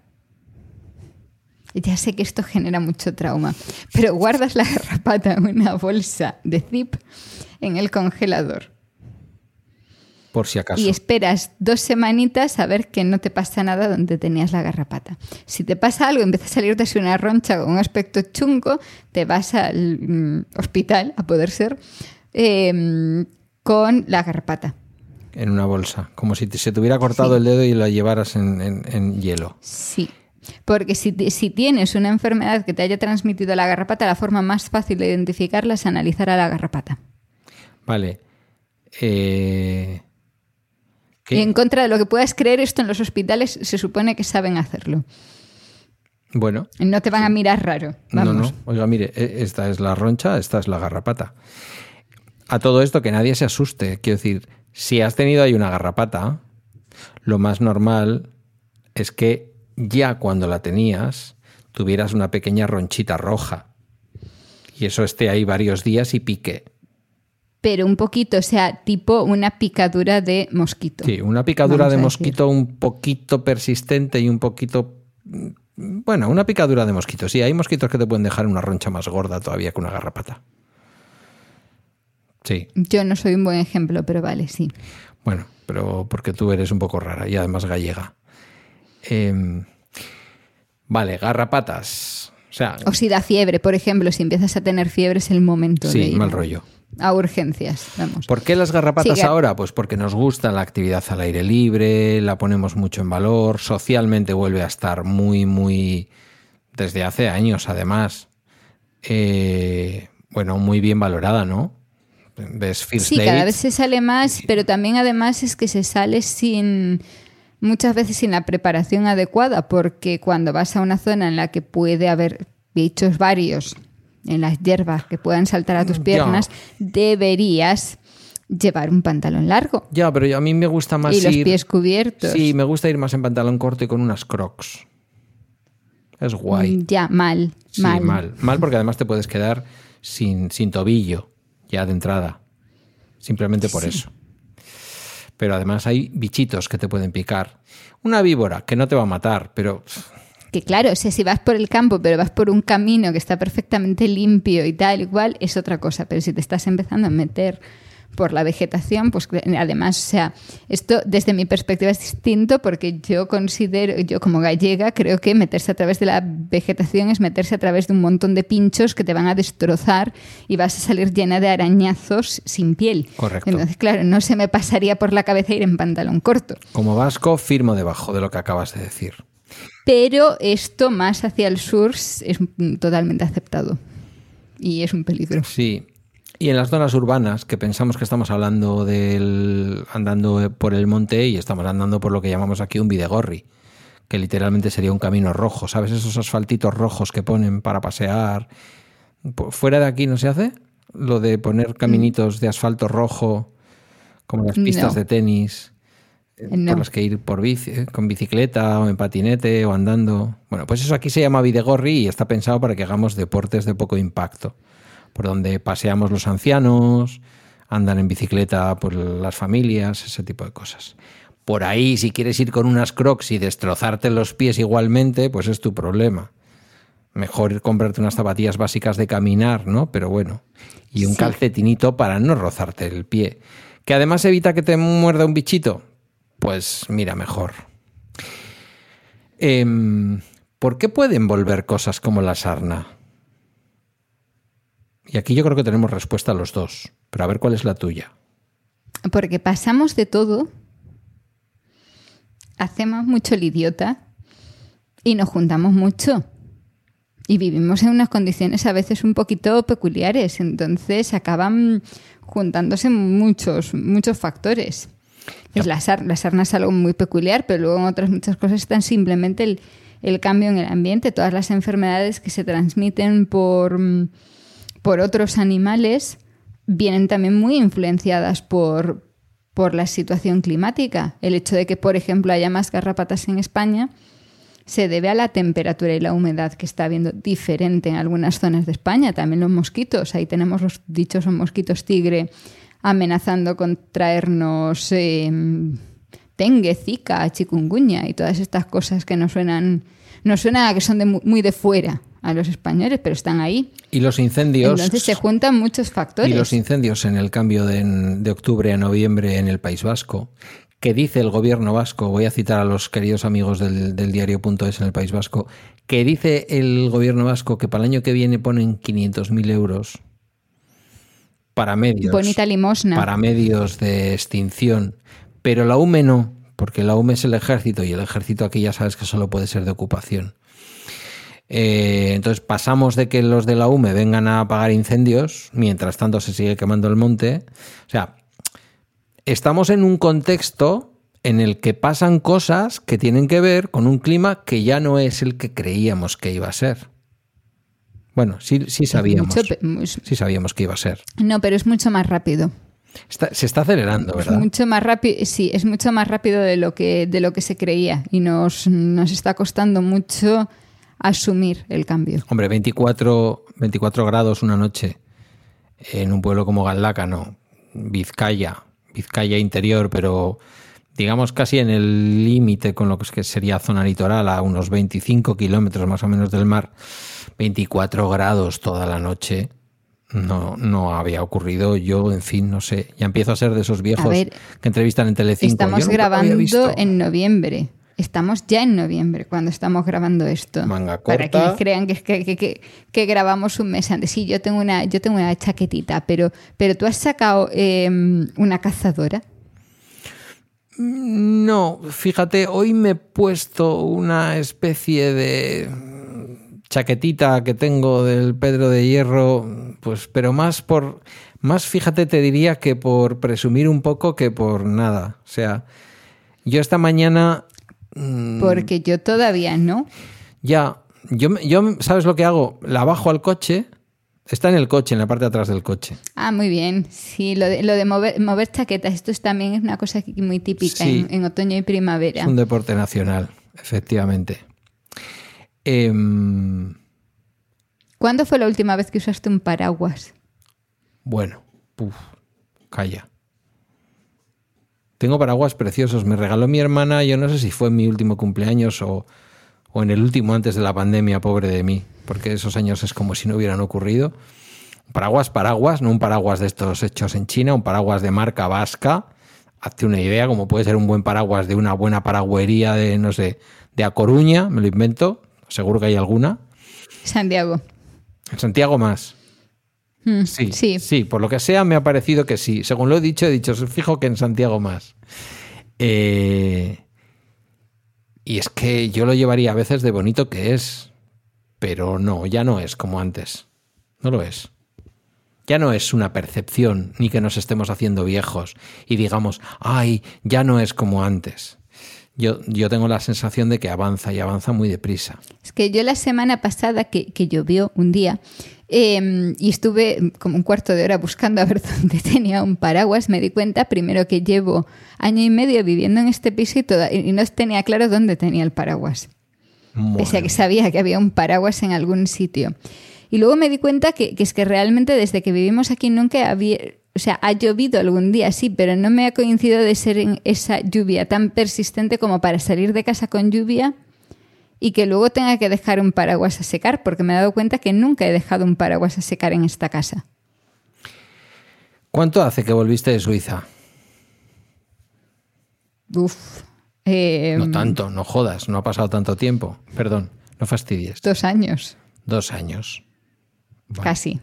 Ya sé que esto genera mucho trauma, pero guardas la garrapata en una bolsa de zip en el congelador. Por si acaso. Y esperas dos semanitas a ver que no te pasa nada donde tenías la garrapata. Si te pasa algo, empieza a salirte una roncha con un aspecto chungo, te vas al mm, hospital, a poder ser, eh, con la garrapata. En una bolsa, como si te, se te hubiera cortado sí. el dedo y la llevaras en, en, en hielo. Sí, porque si, si tienes una enfermedad que te haya transmitido la garrapata, la forma más fácil de identificarla es analizar a la garrapata. Vale. Eh... Y en contra de lo que puedas creer, esto en los hospitales se supone que saben hacerlo. Bueno. No te van a mirar raro. Vamos. No, no. Oiga, mire, esta es la roncha, esta es la garrapata. A todo esto que nadie se asuste. Quiero decir, si has tenido ahí una garrapata, lo más normal es que ya cuando la tenías tuvieras una pequeña ronchita roja. Y eso esté ahí varios días y pique. Pero un poquito, o sea, tipo una picadura de mosquito. Sí, una picadura de mosquito un poquito persistente y un poquito... Bueno, una picadura de mosquito. Sí, hay mosquitos que te pueden dejar una roncha más gorda todavía que una garrapata. Sí. Yo no soy un buen ejemplo, pero vale, sí. Bueno, pero porque tú eres un poco rara y además gallega. Eh, vale, garrapatas. O sea, o si da fiebre, por ejemplo, si empiezas a tener fiebre es el momento sí, de ir. Sí, mal rollo. A urgencias, vamos. ¿Por qué las garrapatas sí, ahora? Pues porque nos gusta la actividad al aire libre, la ponemos mucho en valor, socialmente vuelve a estar muy, muy... Desde hace años, además. Eh, bueno, muy bien valorada, ¿no? Ves First Sí, Dates. Cada vez se sale más, pero también además es que se sale sin... Muchas veces sin la preparación adecuada, porque cuando vas a una zona en la que puede haber bichos varios... en las hierbas que puedan saltar a tus piernas, ya. Deberías llevar un pantalón largo. Ya, pero a mí me gusta más ir... Y los ir, pies cubiertos. Sí, me gusta ir más en pantalón corto y con unas crocs. Es guay. Ya, mal, sí, mal. mal. Mal porque además te puedes quedar sin, sin tobillo, ya de entrada. simplemente por sí. eso. Pero además hay bichitos que te pueden picar. Una víbora que no te va a matar, pero... Que claro, o sea, si vas por el campo, pero vas por un camino que está perfectamente limpio y tal, igual, es otra cosa. Pero si te estás empezando a meter por la vegetación, pues además, o sea, esto desde mi perspectiva es distinto porque yo considero, yo como gallega, creo que meterse a través de la vegetación es meterse a través de un montón de pinchos que te van a destrozar y vas a salir llena de arañazos sin piel. Correcto. Entonces, claro, no se me pasaría por la cabeza ir en pantalón corto. Como vasco, firmo debajo de lo que acabas de decir. Pero esto más hacia el sur es totalmente aceptado y es un peligro. Sí. Y en las zonas urbanas, que pensamos que estamos hablando del andando por el monte y estamos andando por lo que llamamos aquí un bidegorri, que literalmente sería un camino rojo, ¿sabes? Esos asfaltitos rojos que ponen para pasear. ¿Fuera de aquí no se hace? Lo de poner caminitos de asfalto rojo, como las pistas no. de tenis, no. por las que ir por bici, con bicicleta o en patinete o andando. Bueno, pues eso aquí se llama bidegorri y está pensado para que hagamos deportes de poco impacto, por donde paseamos los ancianos, andan en bicicleta por las familias, ese tipo de cosas. Por ahí, si quieres ir con unas Crocs y destrozarte los pies igualmente, pues es tu problema. Mejor ir comprarte unas zapatillas básicas de caminar, ¿no? Pero bueno, y un sí. calcetinito para no rozarte el pie. Que además evita que te muerda un bichito. Pues mira, mejor. Eh, ¿Por qué pueden volver cosas como la sarna? Y aquí yo creo que tenemos respuesta a los dos, pero a ver cuál es la tuya. Porque pasamos de todo, hacemos mucho el idiota y nos juntamos mucho. Y vivimos en unas condiciones a veces un poquito peculiares, entonces acaban juntándose muchos, muchos factores. Es la, sar- la sarna es algo muy peculiar, pero luego en otras muchas cosas están simplemente el, el cambio en el ambiente, todas las enfermedades que se transmiten por... por otros animales vienen también muy influenciadas por, por la situación climática. El hecho de que, por ejemplo, haya más garrapatas en España se debe a la temperatura y la humedad que está habiendo diferente en algunas zonas de España. También los mosquitos. Ahí tenemos los dichosos mosquitos tigre amenazando con traernos eh, dengue, zika, chikungunya y todas estas cosas que nos suenan, nos suena a que son de muy de fuera a los españoles, pero están ahí. Y los incendios... Entonces se juntan muchos factores. Y los incendios en el cambio de, de octubre a noviembre en el País Vasco, que dice el gobierno vasco, voy a citar a los queridos amigos del, del diario punto es en el País Vasco, que dice el gobierno vasco que para el año que viene ponen quinientos mil euros para medios. Bonita limosna. Para medios de extinción. Pero la U M E no, porque la U M E es el ejército y el ejército aquí ya sabes que solo puede ser de ocupación. Eh, entonces pasamos de que los de la U M E vengan a apagar incendios, mientras tanto se sigue quemando el monte. O sea, estamos en un contexto en el que pasan cosas que tienen que ver con un clima que ya no es el que creíamos que iba a ser. Bueno, sí, sí sabíamos, mucho, sí sabíamos que iba a ser. No, pero es mucho más rápido. Está, se está acelerando, ¿verdad? Es mucho más rápido, sí, es mucho más rápido de lo que, de lo que se creía y nos, nos está costando mucho asumir el cambio. Hombre, veinticuatro, veinticuatro grados una noche en un pueblo como Galdacano, Vizcaya, Vizcaya interior, pero digamos casi en el límite con lo que sería zona litoral, a unos veinticinco kilómetros más o menos del mar, veinticuatro grados toda la noche. No, no había ocurrido. Yo, en fin, no sé. Ya empiezo a ser de esos viejos ver, que entrevistan en Telecinco. Estamos grabando en noviembre. Estamos ya en noviembre cuando estamos grabando esto. Manga corta. Para quienes crean que, que, que, que, que grabamos un mes antes. Sí, yo tengo una, yo tengo una chaquetita, pero, pero ¿tú has sacado eh, una cazadora? No, fíjate, hoy me he puesto una especie de chaquetita que tengo del Pedro de Hierro, pues, pero más por, más fíjate, te diría que por presumir un poco que por nada. O sea, yo esta mañana... Mmm, Porque yo todavía no. Ya, yo, yo, ¿sabes lo que hago? La bajo al coche, está en el coche, en la parte de atrás del coche. Ah, muy bien. Sí, lo de, lo de mover, mover chaquetas, esto es también es una cosa muy típica sí, en, en otoño y primavera. Es un deporte nacional, efectivamente. Eh, ¿Cuándo fue la última vez que usaste un paraguas? Bueno, puf, calla. Tengo paraguas preciosos. Me regaló mi hermana, yo no sé si fue en mi último cumpleaños o, o en el último antes de la pandemia, pobre de mí, porque esos años es como si no hubieran ocurrido. Paraguas, paraguas, no un paraguas de estos hechos en China, un paraguas de marca vasca. Hazte una idea, como puede ser un buen paraguas de una buena paragüería de, no sé, de A Coruña, me lo invento, seguro que hay alguna. Santiago. En Santiago más. Mm, sí, sí, sí, por lo que sea me ha parecido que sí. Según lo he dicho, he dicho, fijo que en Santiago más. Eh, y es que yo lo llevaría a veces de bonito que es, pero no, ya no es como antes. No lo es. Ya no es una percepción, ni que nos estemos haciendo viejos y digamos, ay, ya no es como antes. Yo, yo tengo la sensación de que avanza y avanza muy deprisa. Es que yo la semana pasada, que, que llovió un día, eh, y estuve como un cuarto de hora buscando a ver dónde tenía un paraguas, me di cuenta primero que llevo año y medio viviendo en este piso y, toda, y no tenía claro dónde tenía el paraguas. Bueno. Pese a que sabía que había un paraguas en algún sitio. Y luego me di cuenta que, que es que realmente desde que vivimos aquí nunca había... O sea, ha llovido algún día, sí, pero no me ha coincidido de ser en esa lluvia tan persistente como para salir de casa con lluvia y que luego tenga que dejar un paraguas a secar, porque me he dado cuenta que nunca he dejado un paraguas a secar en esta casa. ¿Cuánto hace que volviste de Suiza? Uf. Eh, no tanto, no jodas, no ha pasado tanto tiempo. Perdón, no fastidies. Dos años. Dos años. Vale. Casi.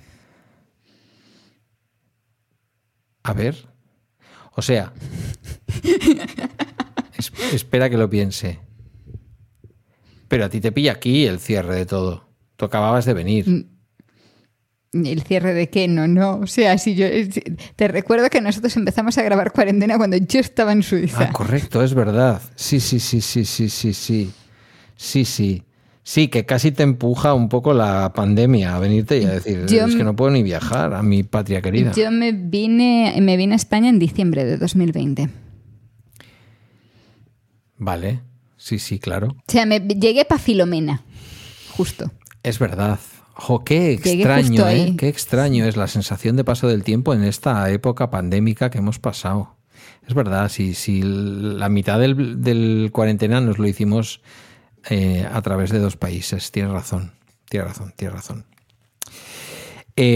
A ver. O sea, es, espera que lo piense. Pero a ti te pilla aquí el cierre de todo. Tú acababas de venir. ¿El cierre de qué? No, no. O sea, si yo te recuerdo que nosotros empezamos a grabar Cuarentena cuando yo estaba en Suiza. Ah, correcto, es verdad. Sí, sí, sí, sí, sí, sí, sí. Sí, sí. Sí, que casi te empuja un poco la pandemia a venirte y a decir, yo, es que no puedo ni viajar a mi patria querida. Yo me vine, me vine a España en diciembre de dos mil veinte. Vale, sí, sí, claro. O sea, me llegué para Filomena, justo. Es verdad. Jo, qué extraño, ¿eh? Qué extraño es la sensación de paso del tiempo en esta época pandémica que hemos pasado. Es verdad, si, si la mitad del, del cuarentena nos lo hicimos... Eh, a través de dos países. Tienes razón, tienes razón, tienes razón. Eh,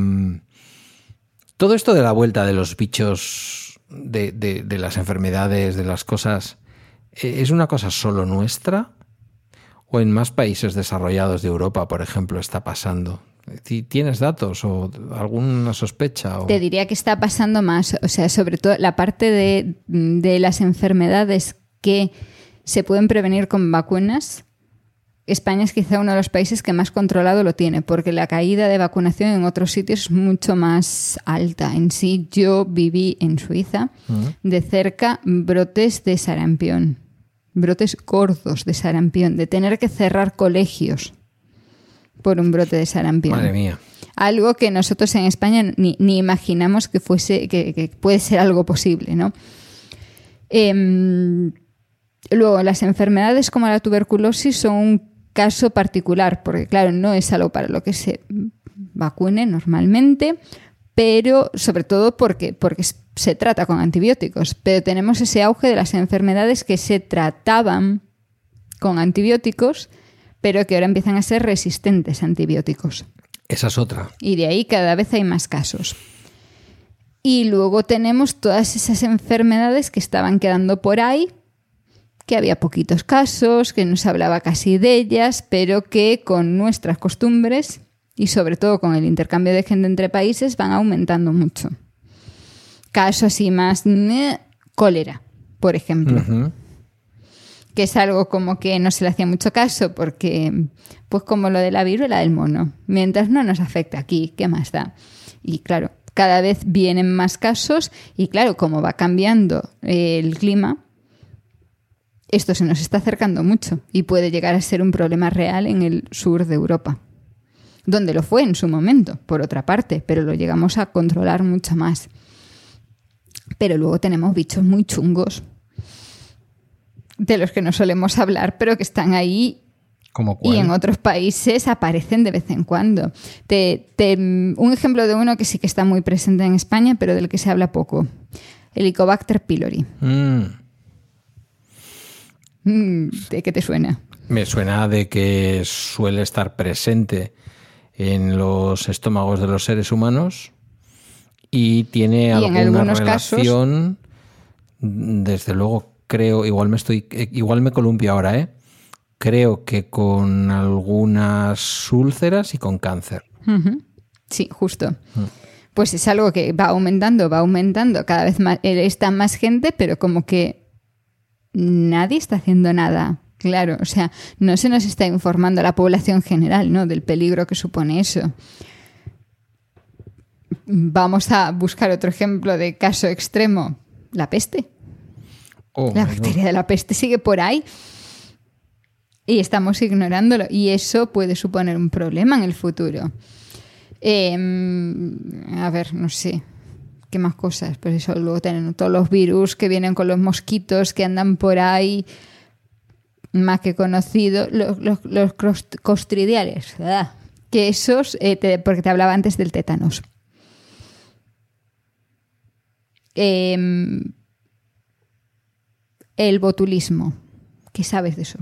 todo esto de la vuelta de los bichos, de, de, de las enfermedades, de las cosas, eh, ¿es una cosa solo nuestra? ¿O en más países desarrollados de Europa, por ejemplo, está pasando? ¿Tienes datos o alguna sospecha? O... Te diría que está pasando más. O sea, sobre todo la parte de, de las enfermedades que se pueden prevenir con vacunas. España es quizá uno de los países que más controlado lo tiene, porque la caída de vacunación en otros sitios es mucho más alta. En sí, yo viví en Suiza uh-huh. de cerca brotes de sarampión, brotes gordos de sarampión, de tener que cerrar colegios por un brote de sarampión. Madre mía. Algo que nosotros en España ni, ni imaginamos que fuese, que, que puede ser algo posible, ¿no? Eh, Luego, las enfermedades como la tuberculosis son un caso particular, porque claro, no es algo para lo que se vacune normalmente, pero sobre todo porque, porque se trata con antibióticos. Pero tenemos ese auge de las enfermedades que se trataban con antibióticos, pero que ahora empiezan a ser resistentes a antibióticos. Esa es otra. Y de ahí cada vez hay más casos. Y luego tenemos todas esas enfermedades que estaban quedando por ahí, que había poquitos casos, que no se hablaba casi de ellas, pero que con nuestras costumbres y sobre todo con el intercambio de gente entre países van aumentando mucho. Casos así más... Eh, cólera, por ejemplo. Uh-huh. Que es algo como que no se le hacía mucho caso porque, pues como lo de la viruela del mono, mientras no nos afecta aquí, ¿qué más da? Y claro, cada vez vienen más casos y claro, como va cambiando el clima, esto se nos está acercando mucho y puede llegar a ser un problema real en el sur de Europa, donde lo fue en su momento, por otra parte, pero lo llegamos a controlar mucho más. Pero luego tenemos bichos muy chungos, de los que no solemos hablar, pero que están ahí ¿Cómo cuál? Y en otros países aparecen de vez en cuando. Te, te, un ejemplo de uno que sí que está muy presente en España, pero del que se habla poco. Helicobacter pylori. Mm. Mm, ¿de qué te suena? Me suena de que suele estar presente en los estómagos de los seres humanos y tiene y alguna relación, casos... desde luego creo, igual me estoy, igual me columpio ahora, ¿eh? Creo que con algunas úlceras y con cáncer. Uh-huh. Sí, justo. Uh. Pues es algo que va aumentando, va aumentando, cada vez más, está más gente, pero como que nadie está haciendo nada. Claro, o sea, no se nos está informando a la población general, ¿no?, del peligro que supone eso. Vamos a buscar otro ejemplo de caso extremo. La peste. Oh, la bacteria no. de la peste sigue por ahí y estamos ignorándolo. Y eso puede suponer un problema en el futuro. Eh, a ver, no sé. ¿Qué más cosas? Pues eso, luego tenemos todos los virus que vienen con los mosquitos que andan por ahí, más que conocidos, los, los, los clostridiales, ¿verdad? Que esos, eh, te, porque te hablaba antes del tétanos. Eh, el botulismo. ¿Qué sabes de eso?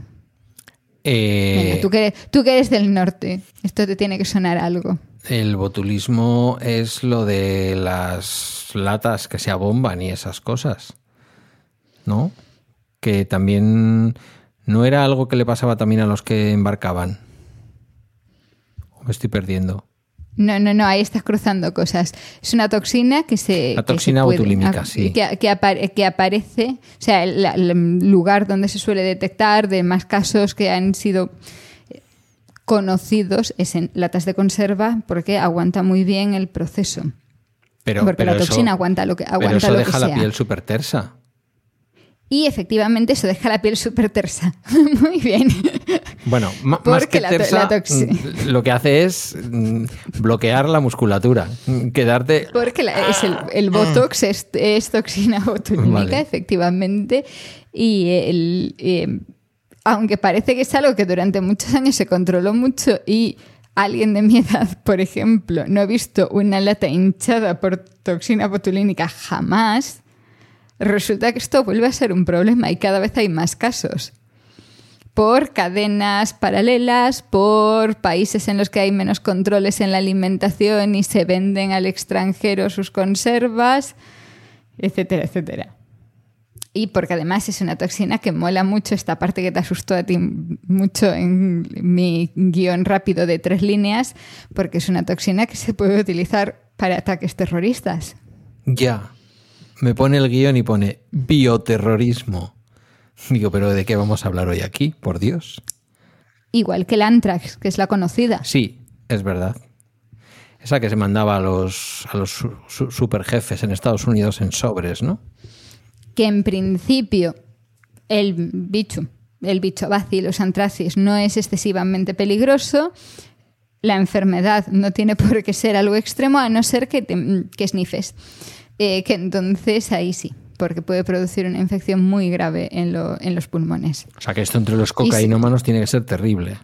Eh, Venga, tú, que eres, tú que eres del norte, esto te tiene que sonar algo. El botulismo es lo de las latas que se abomban y esas cosas, ¿no? Que también no era algo que le pasaba también a los que embarcaban. ¿O me estoy perdiendo? No, no, no, ahí estás cruzando cosas. Es una toxina que se... La toxina que se puede, botulímica, sí. Que, que, apare, que aparece, o sea, el, el lugar donde se suele detectar de más casos que han sido conocidos es en latas de conserva porque aguanta muy bien el proceso. Pero, porque pero la toxina eso, aguanta lo que aguanta pero eso lo deja que la sea. piel súper tersa. Y efectivamente eso deja la piel súper tersa. Muy bien. Bueno, m- más que tersa, la lo que hace es bloquear la musculatura, quedarte... Porque la, es el, el Botox es, es toxina botulímica, vale. Efectivamente, y el, eh, aunque parece que es algo que durante muchos años se controló mucho y alguien de mi edad, por ejemplo, no ha visto una lata hinchada por toxina botulínica jamás, resulta que esto vuelve a ser un problema y cada vez hay más casos. Por cadenas paralelas, por países en los que hay menos controles en la alimentación y se venden al extranjero sus conservas, etcétera, etcétera. Y porque además es una toxina que mola mucho, esta parte que te asustó a ti mucho en mi guión rápido de tres líneas, porque es una toxina que se puede utilizar para ataques terroristas. Ya. Me pone el guión y pone bioterrorismo. Digo, ¿pero de qué vamos a hablar hoy aquí? Por Dios. Igual que el Anthrax, que es la conocida. Sí, es verdad. Esa que se mandaba a los, a los su, su, superjefes en Estados Unidos en sobres, ¿no? Que en principio el bicho, el bicho Bacillus anthracis no es excesivamente peligroso. La enfermedad no tiene por qué ser algo extremo, a no ser que, te, que snifes. Eh, que entonces ahí sí, porque puede producir una infección muy grave en, lo, en los pulmones. O sea que esto entre los cocainómanos sí. Tiene que ser terrible.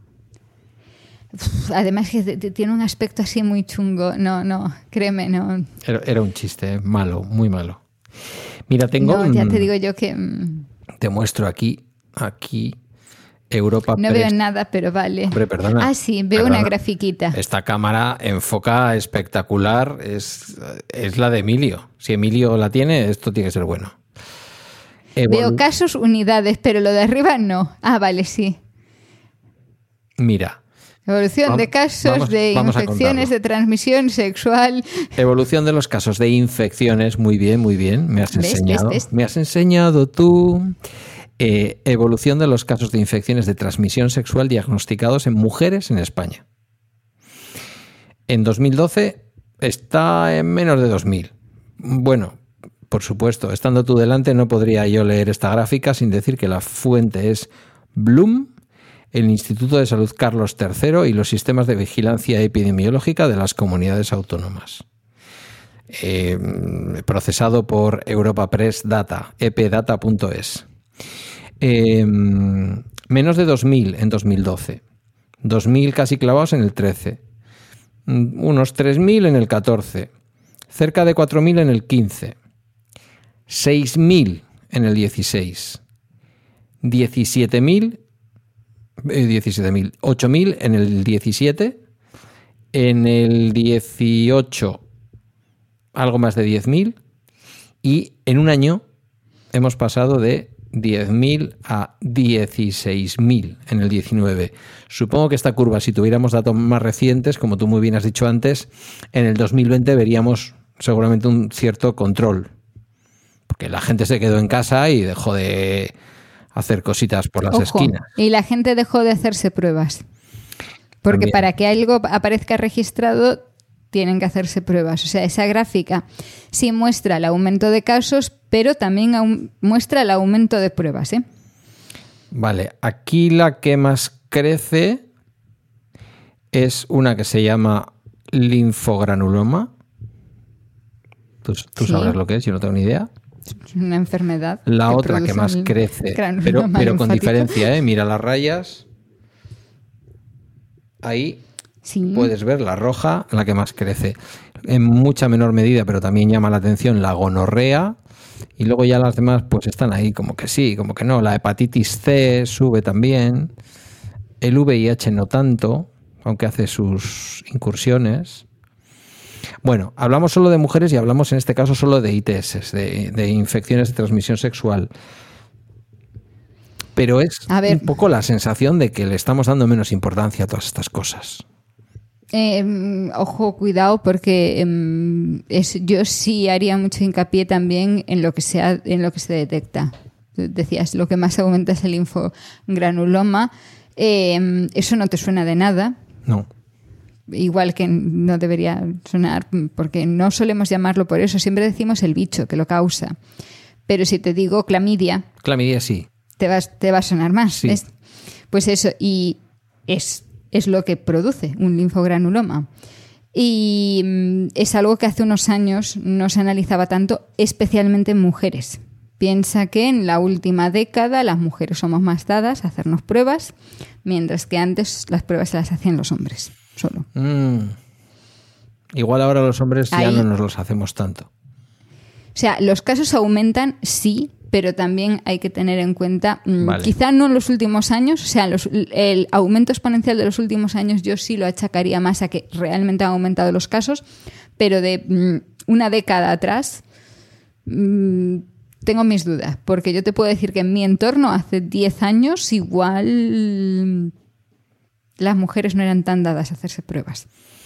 Además que tiene un aspecto así muy chungo. No, no, créeme, no. Era, era un chiste malo, muy malo. Mira, tengo... No, ya te digo yo que... Te muestro aquí, aquí... Europa no Press. Veo nada, pero vale. Hombre, perdona. Ah, sí, veo perdona. Una grafiquita. Esta cámara enfoca espectacular, es, es la de Emilio. Si Emilio la tiene, esto tiene que ser bueno. Evol- veo casos, unidades, pero lo de arriba no. Ah, vale, sí. Mira. Evolución vamos, de casos vamos, de vamos infecciones de transmisión sexual. Evolución de los casos de infecciones. Muy bien, muy bien. Me has ¿Ves, enseñado. ves, ves? Me has enseñado tú... Eh, evolución de los casos de infecciones de transmisión sexual diagnosticados en mujeres en España. En dos mil doce está en menos de dos mil. Bueno, por supuesto, estando tú delante no podría yo leer esta gráfica sin decir que la fuente es Bloom, el Instituto de Salud Carlos tercero y los sistemas de vigilancia epidemiológica de las comunidades autónomas. Eh, procesado por Europa Press Data, e p data punto es. Eh, menos de dos mil en dos mil doce, dos mil casi clavados en el trece, unos tres mil en el catorce, cerca de cuatro mil en el quince. seis mil en el dieciséis, diecisiete mil, eh, diecisiete mil, ocho mil en el diecisiete, en el dieciocho algo más de diez mil y en un año hemos pasado de diez mil a dieciséis mil en el diecinueve. Supongo que esta curva, si tuviéramos datos más recientes, como tú muy bien has dicho antes, en el dos mil veinte veríamos seguramente un cierto control. Porque la gente se quedó en casa y dejó de hacer cositas por las Ojo, esquinas. Y la gente dejó de hacerse pruebas. Porque También. Para que algo aparezca registrado tienen que hacerse pruebas. O sea, esa gráfica sí muestra el aumento de casos, pero también aum- muestra el aumento de pruebas, ¿eh? Vale, aquí la que más crece es una que se llama linfogranuloma. Tú, tú sí. sabrás lo que es, yo no tengo ni idea. Es una enfermedad. La que otra que más crece, pero, pero con diferencia, ¿eh? Mira las rayas. Ahí sí. Puedes ver la roja, la que más crece. En mucha menor medida, pero también llama la atención la gonorrea. Y luego ya las demás pues están ahí como que sí, como que no. La hepatitis C sube también. El V I H no tanto, aunque hace sus incursiones. Bueno, hablamos solo de mujeres y hablamos en este caso solo de I T S, de, de infecciones de transmisión sexual. Pero es un poco la sensación de que le estamos dando menos importancia a todas estas cosas. Eh, ojo, cuidado, porque eh, es, yo sí haría mucho hincapié también en lo que se, en lo que se detecta. Decías, lo que más aumenta es el linfogranuloma. Eh, eso no te suena de nada. No. Igual que no debería sonar, porque no solemos llamarlo por eso. Siempre decimos el bicho que lo causa. Pero si te digo clamidia... Clamidia sí. Te, vas, te va a sonar más. Sí. ¿Ves? Pues eso, y es, es lo que produce un linfogranuloma. Y es algo que hace unos años no se analizaba tanto, especialmente en mujeres. Piensa que en la última década las mujeres somos más dadas a hacernos pruebas, mientras que antes las pruebas se las hacían los hombres solo. Mm. Igual ahora los hombres Ahí, ya no nos los hacemos tanto. O sea, los casos aumentan, sí, pero también hay que tener en cuenta, vale. quizá no en los últimos años, o sea, los, el aumento exponencial de los últimos años yo sí lo achacaría más a que realmente han aumentado los casos, pero de mm, una década atrás mm, tengo mis dudas, porque yo te puedo decir que en mi entorno hace diez años igual las mujeres no eran tan dadas a hacerse pruebas.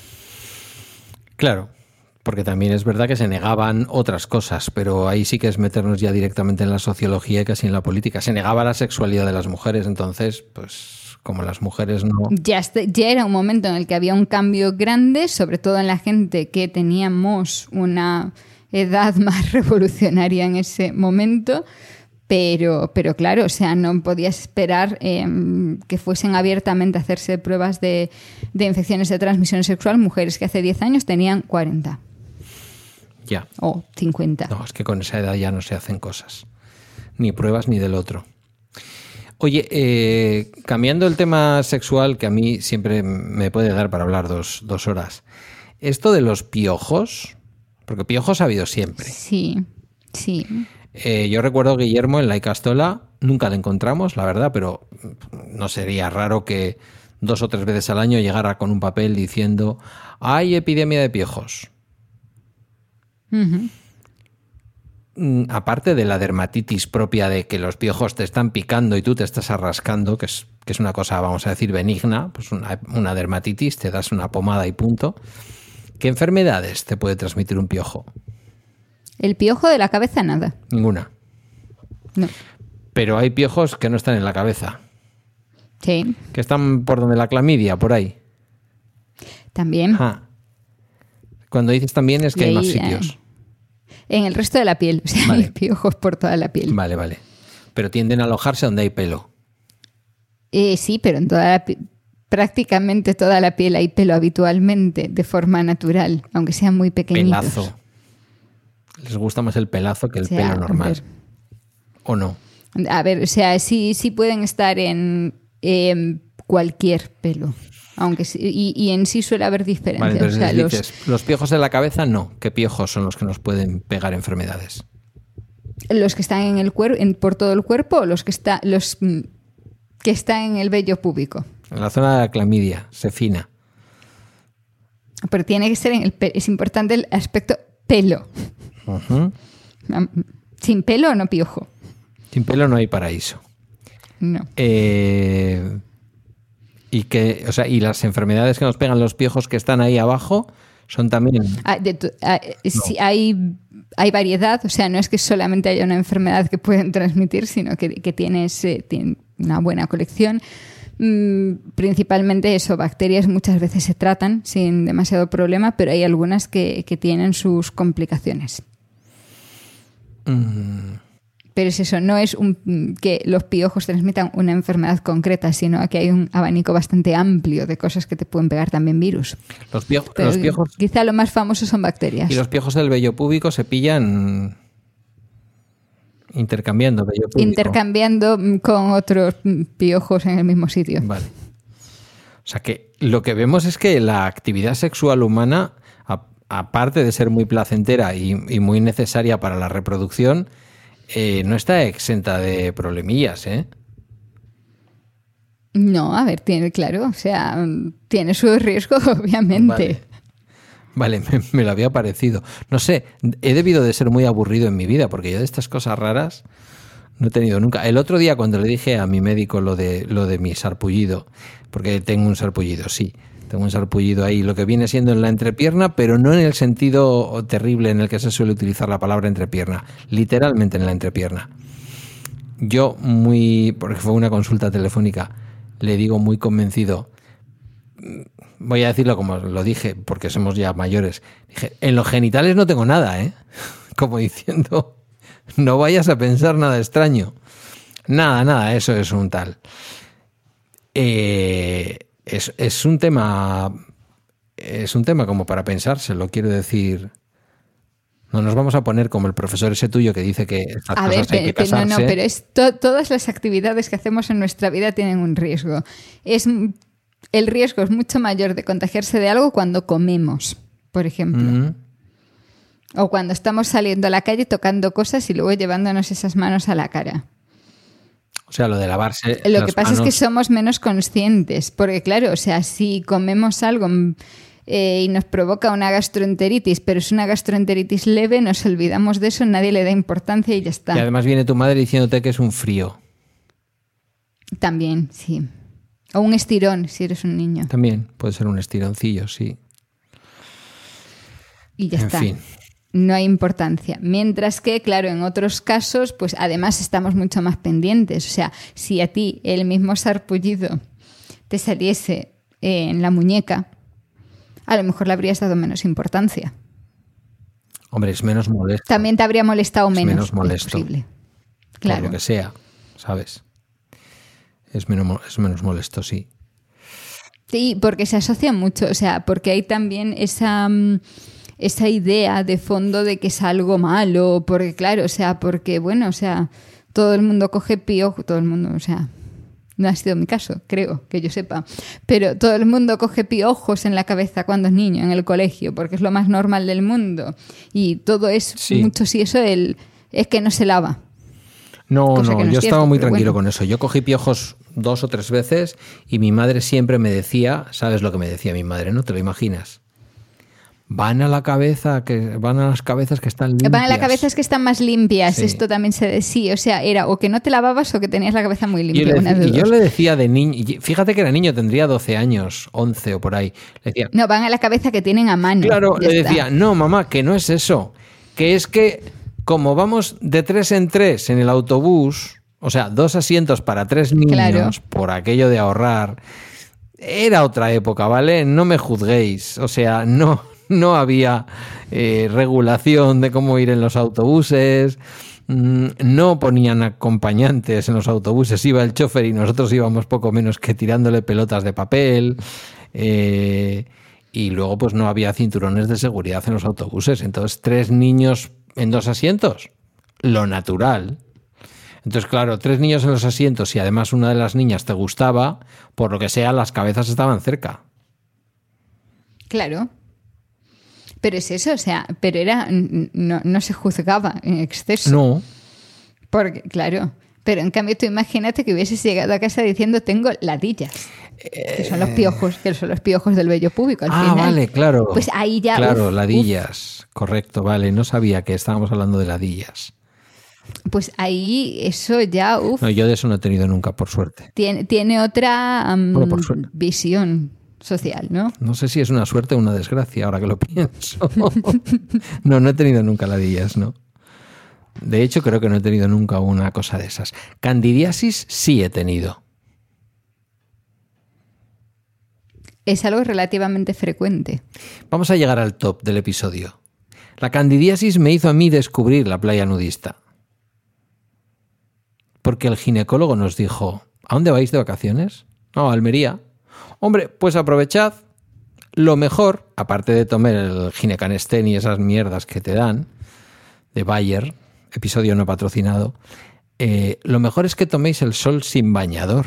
Claro. Porque también es verdad que se negaban otras cosas, pero ahí sí que es meternos ya directamente en la sociología y casi en la política. Se negaba la sexualidad de las mujeres, entonces, pues como las mujeres no... Ya, ya era un momento en el que había un cambio grande, sobre todo en la gente que teníamos una edad más revolucionaria en ese momento, pero, pero claro, o sea, no podías esperar eh, que fuesen abiertamente a hacerse pruebas de, de infecciones de transmisión sexual mujeres que hace diez años tenían cuarenta. Ya. O cincuenta. No, es que con esa edad ya no se hacen cosas. Ni pruebas ni del otro. Oye, eh, cambiando el tema sexual, que a mí siempre me puede dar para hablar dos, dos horas. Esto de los piojos, porque piojos ha habido siempre. Sí, sí. Eh, yo recuerdo que Guillermo en la Icastola nunca le encontramos, la verdad, pero no sería raro que dos o tres veces al año llegara con un papel diciendo hay epidemia de piojos. Uh-huh. Aparte de la dermatitis propia de que los piojos te están picando y tú te estás arrascando, que es, que es una cosa, vamos a decir, benigna, pues una, una dermatitis, te das una pomada y punto. ¿Qué enfermedades te puede transmitir un piojo? El piojo de la cabeza, nada. Ninguna. No. Pero hay piojos que no están en la cabeza. Sí. Que están por donde la clamidia, por ahí. También. Ajá. Cuando dices también es que y hay más sitios. Eh, en el resto de la piel. O sea, vale. Hay piojos por toda la piel. Vale, vale. Pero tienden a alojarse donde hay pelo. Eh, sí, pero en toda la piel. Prácticamente toda la piel hay pelo habitualmente, de forma natural, aunque sean muy pequeñitos. Pelazo. Les gusta más el pelazo que el o sea, pelo normal. ¿O no? A ver, o sea, sí, sí pueden estar en eh, cualquier pelo. Aunque sí, y, y en sí suele haber diferencias. Vale, pero o sea, dices, los... los piojos de la cabeza no. ¿Qué piojos son los que nos pueden pegar enfermedades? ¿Los que están en el cuerpo, en, por todo el cuerpo, o los que está, los que están en el vello púbico? En la zona de la clamidia, cefina. Pero tiene que ser en el pelo. Es importante el aspecto pelo. Uh-huh. Sin pelo no piojo. Sin pelo no hay paraíso. No. Eh, y que, o sea, y las enfermedades que nos pegan los piojos que están ahí abajo son también. Ah, de tu, ah, no. Sí, hay, hay variedad, o sea, no es que solamente haya una enfermedad que pueden transmitir, sino que, que tienes, eh, tienes una buena colección. Mm, principalmente eso, bacterias muchas veces se tratan sin demasiado problema, pero hay algunas que, que tienen sus complicaciones. Mm. Pero es eso, no es un, que los piojos transmitan una enfermedad concreta, sino que hay un abanico bastante amplio de cosas que te pueden pegar también virus. Los, pio- los piojos. Quizá lo más famoso son bacterias. Y los piojos del vello púbico se pillan intercambiando vello púbico. Intercambiando con otros piojos en el mismo sitio. Vale. O sea que lo que vemos es que la actividad sexual humana, a, aparte de ser muy placentera y, y muy necesaria para la reproducción, Eh, no está exenta de problemillas, ¿eh? No, a ver, tiene, claro, o sea, tiene su riesgo, obviamente. Vale, vale me, me lo había parecido. No sé, he debido de ser muy aburrido en mi vida, porque yo de estas cosas raras no he tenido nunca. El otro día cuando le dije a mi médico lo de, lo de mi sarpullido, porque tengo un sarpullido, sí, tengo un sarpullido ahí, lo que viene siendo en la entrepierna, pero no en el sentido terrible en el que se suele utilizar la palabra entrepierna, literalmente en la entrepierna. Yo muy, porque fue una consulta telefónica, le digo muy convencido, voy a decirlo como lo dije, porque somos ya mayores, dije, en los genitales no tengo nada, ¿eh? Como diciendo, no vayas a pensar nada extraño. Nada, nada, eso es un tal. Eh... Es, es un tema es un tema como para pensárselo, quiero decir. No nos vamos a poner como el profesor ese tuyo que dice que estas a cosas ver, hay que pero, casarse. No, no, pero es to- todas las actividades que hacemos en nuestra vida tienen un riesgo. Es, el riesgo es mucho mayor de contagiarse de algo cuando comemos, por ejemplo. Mm-hmm. O cuando estamos saliendo a la calle tocando cosas y luego llevándonos esas manos a la cara. O sea, lo de lavarse Lo las que pasa manos... es que somos menos conscientes, porque claro, o sea, si comemos algo eh, y nos provoca una gastroenteritis, pero es una gastroenteritis leve, nos olvidamos de eso, nadie le da importancia y ya está. Y además viene tu madre diciéndote que es un frío. También, sí. O un estirón, si eres un niño. También puede ser un estironcillo, sí. Y ya en está. Fin. No hay importancia. Mientras que, claro, en otros casos, pues además estamos mucho más pendientes. O sea, si a ti el mismo sarpullido te saliese en la muñeca, a lo mejor le habrías dado menos importancia. Hombre, es menos molesto. También te habría molestado es menos. menos molesto. Es posible. Claro. Por lo que sea, ¿sabes? Es menos, es menos molesto, sí. Sí, porque se asocia mucho. O sea, porque hay también esa... esa idea de fondo de que es algo malo, porque claro, o sea, porque bueno, o sea, todo el mundo coge piojo, todo el mundo, o sea, no ha sido mi caso, creo, que yo sepa, pero todo el mundo coge piojos en la cabeza cuando es niño, en el colegio, porque es lo más normal del mundo, y todo es, sí. mucho sí, eso el, es que no se lava. No, Cosa no, no yo cierto, estaba muy tranquilo bueno. con eso. Yo cogí piojos dos o tres veces y mi madre siempre me decía, ¿sabes lo que me decía mi madre? ¿No te lo imaginas? Van a la cabeza, que van a las cabezas que están limpias. Van a las cabezas que están más limpias. Sí. Esto también se decía. O sea, era o que no te lavabas o que tenías la cabeza muy limpia. Y, una de y dos. yo le decía de niño, fíjate que era niño, tendría doce años, once o por ahí. Le decía, no, van a la cabeza que tienen a mano. Claro, ya le está. decía, no, mamá, que no es eso. Que es que como vamos de tres en tres en el autobús, o sea, dos asientos para tres niños, claro. por aquello de ahorrar, era otra época, ¿vale? No me juzguéis. O sea, no... No había eh, regulación de cómo ir en los autobuses, no ponían acompañantes en los autobuses, iba el chofer y nosotros íbamos poco menos que tirándole pelotas de papel, eh, y luego pues no había cinturones de seguridad en los autobuses, entonces tres niños en dos asientos, lo natural. Entonces, claro, tres niños en los asientos y además una de las niñas te gustaba, por lo que sea, las cabezas estaban cerca. Claro. Pero es eso, o sea, pero era no, no se juzgaba en exceso. No, Porque, claro, pero en cambio tú imagínate que hubieses llegado a casa diciendo tengo ladillas, eh... que son los piojos, que son los piojos del vello púbico al ah, final. vale, claro. Pues ahí ya... Claro, uf, ladillas, uf. Correcto, vale, no sabía que estábamos hablando de ladillas. Pues ahí eso ya... Uf, no, yo de eso no he tenido nunca, por suerte. Tiene, tiene otra um, bueno, por suerte. visión social, ¿no? No sé si es una suerte o una desgracia, ahora que lo pienso. No, no he tenido nunca ladillas, ¿no? De hecho, creo que no he tenido nunca una cosa de esas. Candidiasis sí he tenido. Es algo relativamente frecuente. Vamos a llegar al top del episodio. La candidiasis me hizo a mí descubrir la playa nudista. Porque el ginecólogo nos dijo, ¿a dónde vais de vacaciones? No, a Almería. Hombre, pues aprovechad. Lo mejor, aparte de tomar el ginecanestén y esas mierdas que te dan, de Bayer, episodio no patrocinado, eh, lo mejor es que toméis el sol sin bañador.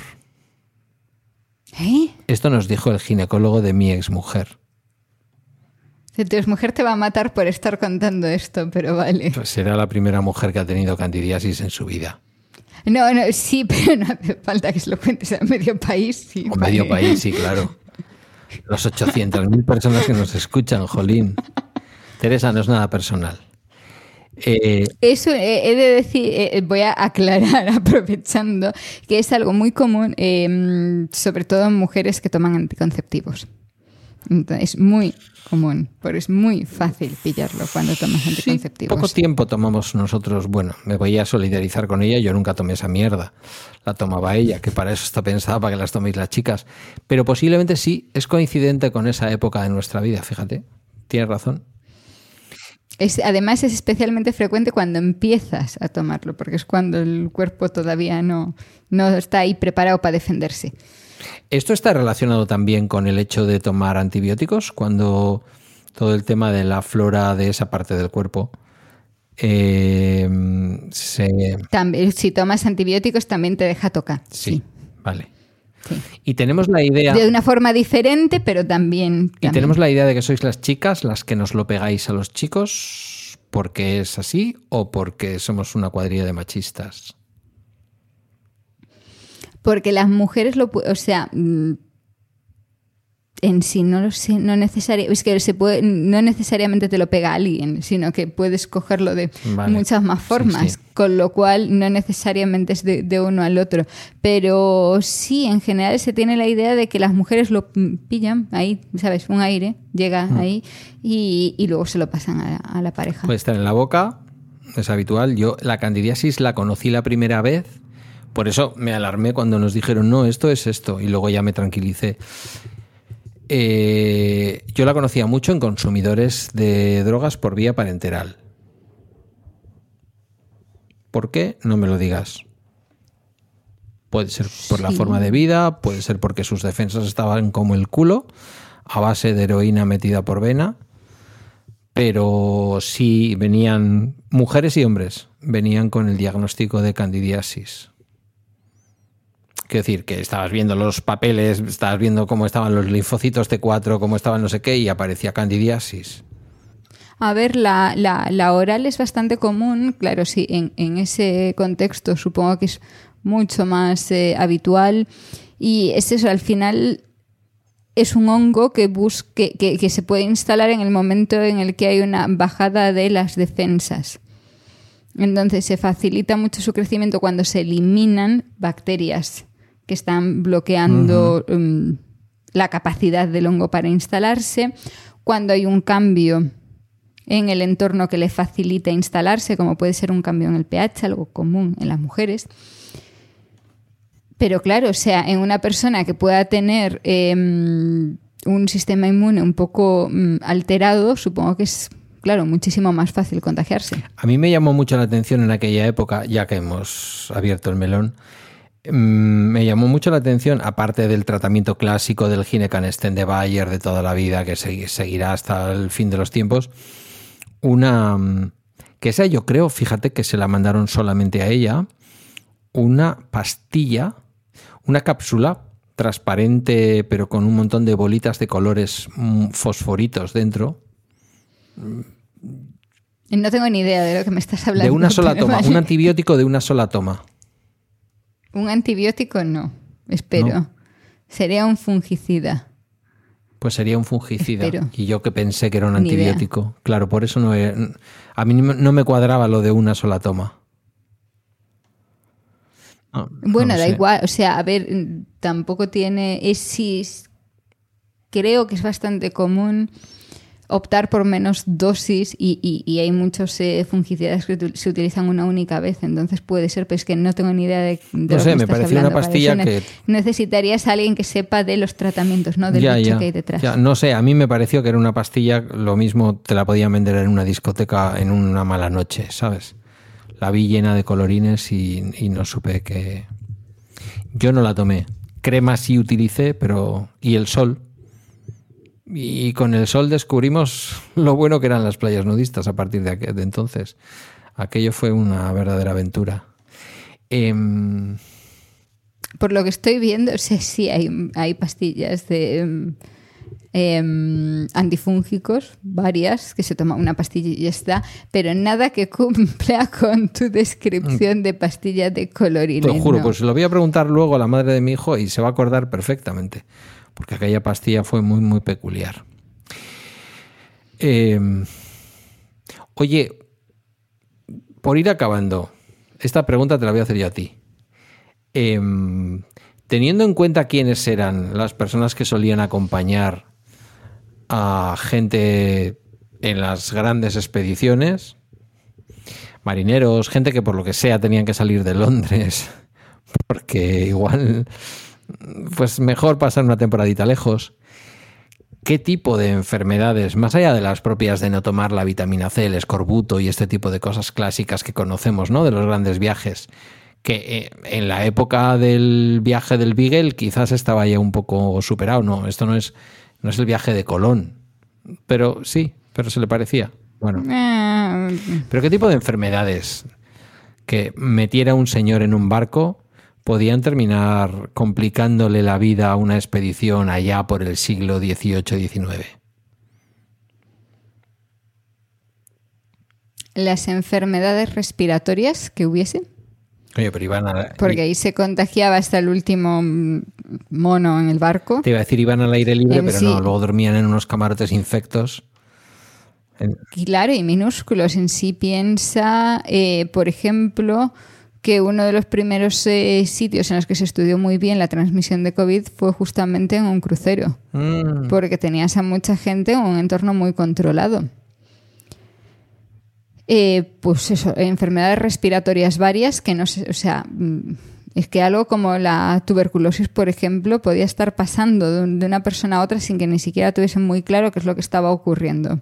¿Eh? Esto nos dijo el ginecólogo de mi exmujer. Tu exmujer te va a matar por estar contando esto, pero vale. Pues será la primera mujer que ha tenido candidiasis en su vida. No, no, sí, pero no hace falta que se lo cuentes a medio país. Sí, o vale. medio país, sí, claro. Los ochocientas mil personas que nos escuchan, jolín. Teresa, no es nada personal. Eh, Eso eh, he de decir, eh, voy a aclarar aprovechando que es algo muy común, eh, sobre todo en mujeres que toman anticonceptivos. Entonces, es muy común, pero es muy fácil pillarlo cuando tomas anticonceptivos. Sí, poco tiempo tomamos nosotros, bueno, me voy a solidarizar con ella, yo nunca tomé esa mierda, la tomaba ella, que para eso está pensada, para que las toméis las chicas, pero posiblemente sí, es coincidente con esa época de nuestra vida, fíjate, tienes razón. Es, además es especialmente frecuente cuando empiezas a tomarlo, porque es cuando el cuerpo todavía no, no está ahí preparado para defenderse. ¿Esto está relacionado también con el hecho de tomar antibióticos? Cuando todo el tema de la flora de esa parte del cuerpo eh, se... También, si tomas antibióticos también te deja tocar. Sí, sí. Vale. Sí. Y tenemos la idea... De una forma diferente, pero también, también... Y tenemos la idea de que sois las chicas las que nos lo pegáis a los chicos porque es así o porque somos una cuadrilla de machistas. Porque las mujeres lo, o sea, en sí no lo sé, no necesariamente, es que se puede, no necesariamente te lo pega alguien, sino que puedes cogerlo de vale. muchas más formas, sí, sí. Con lo cual no necesariamente es de, de uno al otro. Pero sí, en general se tiene la idea de que las mujeres lo pillan ahí, ¿sabes? Un aire llega mm. ahí y, y luego se lo pasan a, a la pareja. Puede estar en la boca, es habitual. Yo la candidiasis la conocí la primera vez. Por eso me alarmé cuando nos dijeron, no, esto es esto, y luego ya me tranquilicé. Eh, yo la conocía mucho en consumidores de drogas por vía parenteral. ¿Por qué? No me lo digas. Puede ser por la sí. forma de vida, puede ser porque sus defensas estaban como el culo, a base de heroína metida por vena, pero sí venían mujeres y hombres, venían con el diagnóstico de candidiasis. Quiero decir, que estabas viendo los papeles, estabas viendo cómo estaban los linfocitos T cuatro, cómo estaban no sé qué, y aparecía candidiasis. A ver, la, la, la oral es bastante común, claro, sí, en, en ese contexto supongo que es mucho más eh, habitual. Y es eso, al final es un hongo que, busque, que, que se puede instalar en el momento en el que hay una bajada de las defensas. Entonces se facilita mucho su crecimiento cuando se eliminan bacterias que están bloqueando uh-huh. um, la capacidad del hongo para instalarse, cuando hay un cambio en el entorno que le facilita instalarse, como puede ser un cambio en el pH, algo común en las mujeres. Pero claro, o sea, en una persona que pueda tener eh, un sistema inmune un poco um, alterado, supongo que es, claro, muchísimo más fácil contagiarse. A mí me llamó mucho la atención en aquella época, ya que hemos abierto el melón, me llamó mucho la atención, aparte del tratamiento clásico del ginecanestén de Bayer de toda la vida, que seguirá hasta el fin de los tiempos, una que esa yo creo, fíjate que se la mandaron solamente a ella, una pastilla, una cápsula transparente pero con un montón de bolitas de colores fosforitos dentro. No tengo ni idea de lo que me estás hablando. De una sola toma, vale. Un antibiótico de una sola toma. Un antibiótico no, espero. ¿No? Sería un fungicida. Pues sería un fungicida. Espero. Y yo que pensé que era un antibiótico. Claro, por eso no he, a mí no me cuadraba lo de una sola toma. No, bueno, no da sé. igual. O sea, a ver, tampoco tiene... Es, sí, creo que es bastante común optar por menos dosis y, y, y hay muchos eh, fungicidas que se utilizan una única vez, entonces puede ser, pero es que no tengo ni idea de, de no lo sé, que me estás pareció hablando. una pastilla que... Necesitarías a alguien que sepa de los tratamientos, ¿no? Del ya, bicho ya, que hay detrás. Ya. No sé, a mí me pareció que era una pastilla, lo mismo te la podían vender en una discoteca en una mala noche, ¿sabes? La vi llena de colorines y, y no supe que... Yo no la tomé. Crema sí utilicé, pero... Y el sol... Y con el sol descubrimos lo bueno que eran las playas nudistas a partir de, aqu- de entonces. Aquello fue una verdadera aventura. Eh, Por lo que estoy viendo, sí, sí hay, hay pastillas de eh, antifúngicos, varias, que se toma una pastilla y ya está, pero nada que cumpla con tu descripción de pastilla de colorines. Te lo juro, no. pues lo voy a preguntar luego a la madre de mi hijo y se va a acordar perfectamente. Porque aquella pastilla fue muy, muy peculiar. Eh, oye, por ir acabando, esta pregunta te la voy a hacer yo a ti. Eh, teniendo en cuenta quiénes eran las personas que solían acompañar a gente en las grandes expediciones, marineros, gente que por lo que sea tenían que salir de Londres, porque igual... pues mejor pasar una temporadita lejos. ¿Qué tipo de enfermedades, más allá de las propias de no tomar la vitamina C, el escorbuto y este tipo de cosas clásicas que conocemos, ¿no? De los grandes viajes, que eh, en la época del viaje del Beagle quizás estaba ya un poco superado, ¿no? Esto no es, no es el viaje de Colón, pero sí, pero se le parecía. Bueno. ¿Pero qué tipo de enfermedades que metiera un señor en un barco podían terminar complicándole la vida a una expedición allá por el siglo dieciocho diecinueve? Las enfermedades respiratorias que hubiese. Oye, pero iban a... Porque ahí se contagiaba hasta el último mono en el barco. Te iba a decir, iban al aire libre, en pero sí. no, luego dormían en unos camarotes infectos. En... Claro, y minúsculos. En sí piensa, eh, por ejemplo... que uno de los primeros eh, sitios en los que se estudió muy bien la transmisión de COVID fue justamente en un crucero, mm. porque tenías a mucha gente en un entorno muy controlado. Eh, pues eso, enfermedades respiratorias varias que no sé, o sea, es que algo como la tuberculosis, por ejemplo, podía estar pasando de, un, de una persona a otra sin que ni siquiera tuviesen muy claro qué es lo que estaba ocurriendo.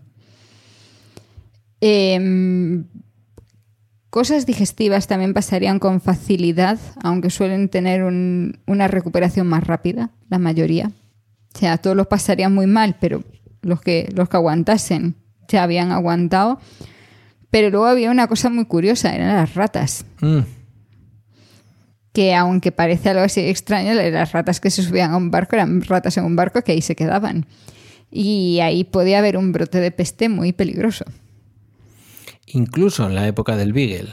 Eh, Cosas digestivas también pasarían con facilidad, aunque suelen tener un, una recuperación más rápida, la mayoría. O sea, todos los pasarían muy mal, pero los que, los que aguantasen ya habían aguantado. Pero luego había una cosa muy curiosa, eran las ratas. Mm. Que aunque parece algo así extraño, las ratas que se subían a un barco eran ratas en un barco que ahí se quedaban. Y ahí podía haber un brote de peste muy peligroso. Incluso en la época del Beagle.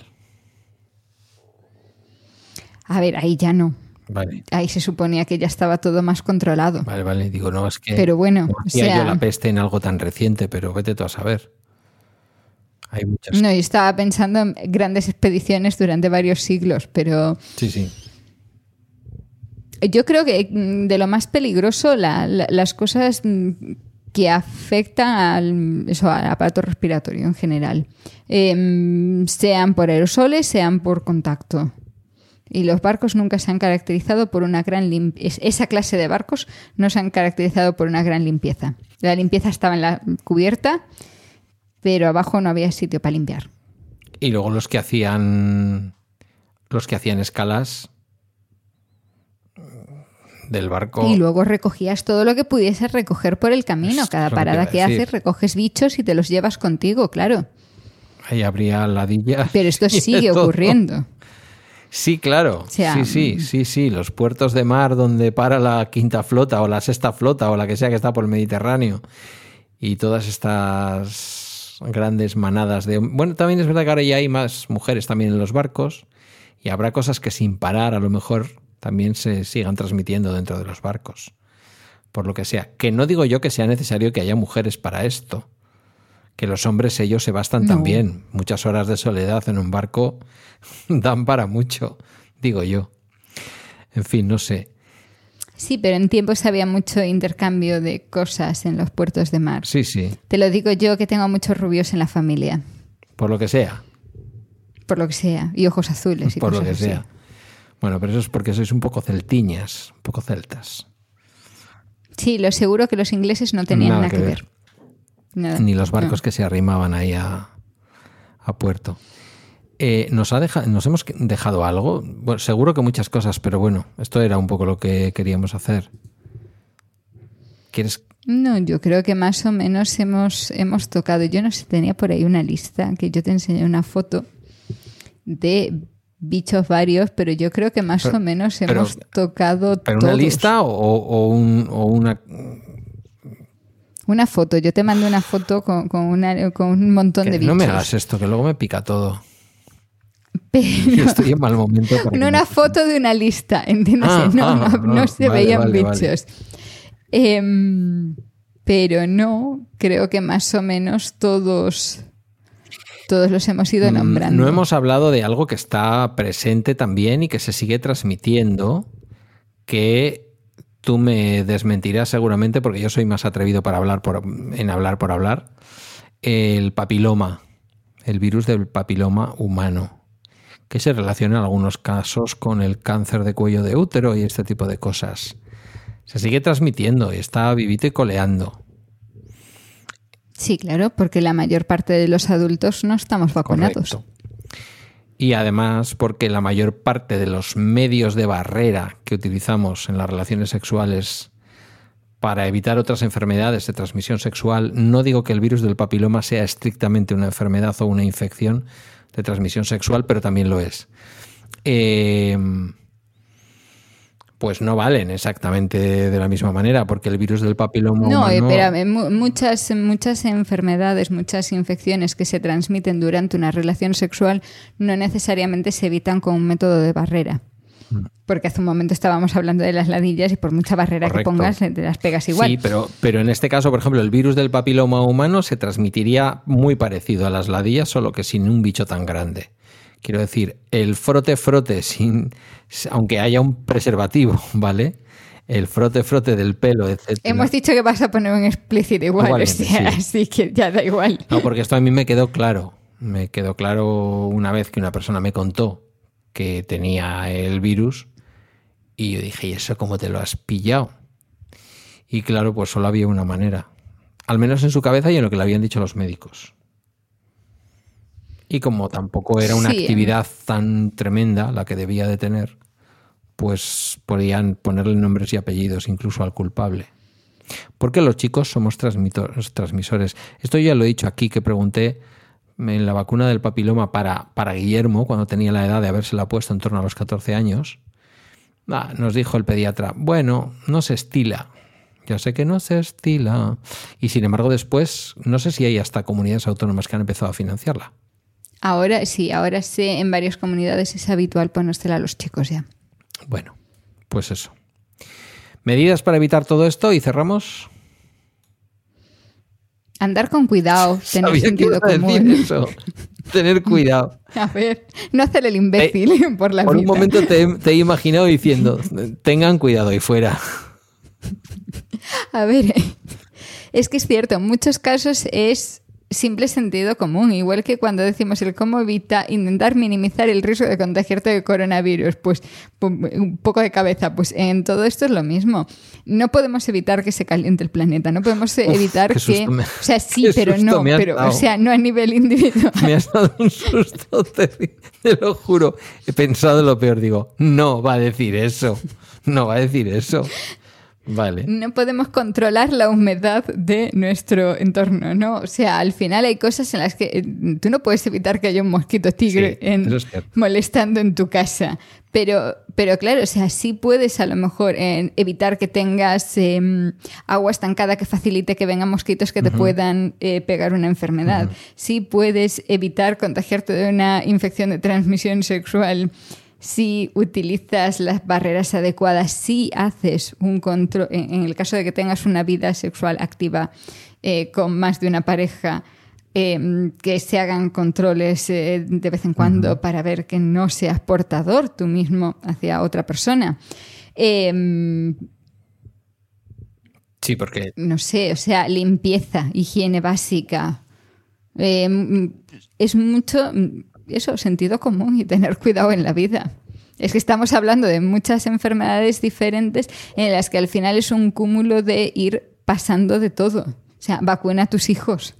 A ver, ahí ya no. Vale. Ahí se suponía que ya estaba todo más controlado. Vale, vale. Digo, no, es que... Pero bueno, no hacía o sea, yo la peste en algo tan reciente, pero vete tú a saber. Hay muchas... No, yo estaba pensando en grandes expediciones durante varios siglos, pero... Sí, sí. Yo creo que de lo más peligroso, la, la, las cosas... que afectan al, eso, al aparato respiratorio en general, eh, sean por aerosoles, sean por contacto. Y los barcos nunca se han caracterizado por una gran limpieza. Esa clase de barcos no se han caracterizado por una gran limpieza. La limpieza estaba en la cubierta, pero abajo no había sitio para limpiar. Y luego los que hacían los que hacían escalas del barco. Y luego recogías todo lo que pudieses recoger por el camino. Cada parada que, que haces recoges bichos y te los llevas contigo, claro. Ahí habría ladillas. Pero esto sigue ocurriendo. Sí, claro. O sea, sí, sí, sí, sí. Los puertos de mar donde para la quinta flota o la sexta flota o la que sea que está por el Mediterráneo y todas estas grandes manadas de... Bueno, también es verdad que ahora ya hay más mujeres también en los barcos y habrá cosas que sin parar a lo mejor también se sigan transmitiendo dentro de los barcos. Por lo que sea. Que no digo yo que sea necesario que haya mujeres para esto. Que los hombres ellos se bastan no. también. Muchas horas de soledad en un barco dan para mucho, digo yo. En fin, no sé. Sí, pero en tiempos había mucho intercambio de cosas en los puertos de mar. Sí, sí. Te lo digo yo que tengo muchos rubios en la familia. Por lo que sea. Por lo que sea. Y ojos azules. Y Por lo que así. sea. Bueno, pero eso es porque sois un poco celtiñas, un poco celtas. Sí, lo seguro que los ingleses no tenían nada, nada que, que ver. ver. Nada. Ni los barcos no. que se arrimaban ahí a, a puerto. Eh, ¿nos, ha deja, ¿Nos hemos dejado algo? Bueno, seguro que muchas cosas, pero bueno, esto era un poco lo que queríamos hacer. ¿Quieres? No, yo creo que más o menos hemos, hemos tocado. Yo no sé, tenía por ahí una lista que yo te enseñé una foto de bichos varios, pero yo creo que más pero, o menos pero, hemos tocado ¿Pero todos. una lista o, o, un, o una...? Una foto. Yo te mandé una foto con, con, una, con un montón que de bichos. No me hagas esto, que luego me pica todo. Pero, yo estoy en mal momento. Para no una foto de una lista, entiéndase. Ah, no, ah, no, no, no se vale, veían vale, bichos. Vale. Eh, pero no, creo que más o menos todos... Todos los hemos ido nombrando. No hemos hablado de algo que está presente también y que se sigue transmitiendo, que tú me desmentirás seguramente porque yo soy más atrevido para hablar por, en hablar por hablar. El papiloma, el virus del papiloma humano, que se relaciona en algunos casos con el cáncer de cuello de útero y este tipo de cosas. Se sigue transmitiendo y está vivito y coleando. Sí, claro, porque la mayor parte de los adultos no estamos vacunados. Correcto. Y además porque la mayor parte de los medios de barrera que utilizamos en las relaciones sexuales para evitar otras enfermedades de transmisión sexual, no digo que el virus del papiloma sea estrictamente una enfermedad o una infección de transmisión sexual, pero también lo es. Eh... Pues no valen exactamente de la misma manera, porque el virus del papiloma no, humano... No, espérame, muchas, muchas enfermedades, muchas infecciones que se transmiten durante una relación sexual no necesariamente se evitan con un método de barrera. Porque hace un momento estábamos hablando de las ladillas y por mucha barrera Correcto. que pongas, te las pegas igual. Sí, pero, pero en este caso, por ejemplo, el virus del papiloma humano se transmitiría muy parecido a las ladillas, solo que sin un bicho tan grande. Quiero decir, el frote-frote, sin, aunque haya un preservativo, ¿vale? El frote-frote del pelo, etcétera. Hemos dicho que vas a poner un explícito igual, o sea, sí. Así que ya da igual. No, porque esto a mí me quedó claro. Me quedó claro una vez que una persona me contó que tenía el virus y yo dije, ¿y eso cómo te lo has pillado? Y claro, pues solo había una manera. Al menos en su cabeza y en lo que le habían dicho los médicos. Y como tampoco era una sí, actividad tan tremenda la que debía de tener, pues podían ponerle nombres y apellidos incluso al culpable. Porque los chicos somos transmisores. Esto yo ya lo he dicho aquí, que pregunté en la vacuna del papiloma para, para Guillermo, cuando tenía la edad de habérsela puesto en torno a los catorce años. Ah, nos dijo el pediatra, bueno, no se estila. Ya sé que no se estila. Y sin embargo después, no sé si hay hasta comunidades autónomas que han empezado a financiarla. Ahora sí, ahora sí, en varias comunidades es habitual ponérsela a los chicos ya. Bueno, pues eso. ¿Medidas para evitar todo esto? Y cerramos. Andar con cuidado, tener Sabía sentido que común. Decir eso. Tener cuidado. A ver, no hacer el imbécil eh, por la por vida. Por un momento te, te he imaginado diciendo, tengan cuidado y fuera. A ver, es que es cierto, en muchos casos es simple sentido común, igual que cuando decimos el cómo evita intentar minimizar el riesgo de contagiarte de coronavirus, pues un poco de cabeza, pues en todo esto es lo mismo. No podemos evitar que se caliente el planeta, no podemos Uf, evitar que, me, o sea, sí, pero no, pero dado. o sea, no a nivel individual. Me has dado un susto, te, te lo juro. He pensado lo peor, digo, no va a decir eso, no va a decir eso. Vale. No podemos controlar la humedad de nuestro entorno, ¿no? O sea, al final hay cosas en las que tú no puedes evitar que haya un mosquito tigre sí, en, es molestando en tu casa. Pero, pero claro, o sea, sí puedes a lo mejor eh, evitar que tengas eh, agua estancada que facilite que vengan mosquitos que te uh-huh. puedan eh, pegar una enfermedad. Uh-huh. Sí puedes evitar contagiarte de una infección de transmisión sexual si utilizas las barreras adecuadas, si haces un control, en el caso de que tengas una vida sexual activa eh, con más de una pareja, eh, que se hagan controles eh, de vez en cuando uh-huh. para ver que no seas portador tú mismo hacia otra persona. Eh, sí, porque... No sé, o sea, limpieza, higiene básica. Eh, es mucho... Eso, sentido común y tener cuidado en la vida. Es que estamos hablando de muchas enfermedades diferentes en las que al final es un cúmulo de ir pasando de todo. O sea, vacuna a tus hijos.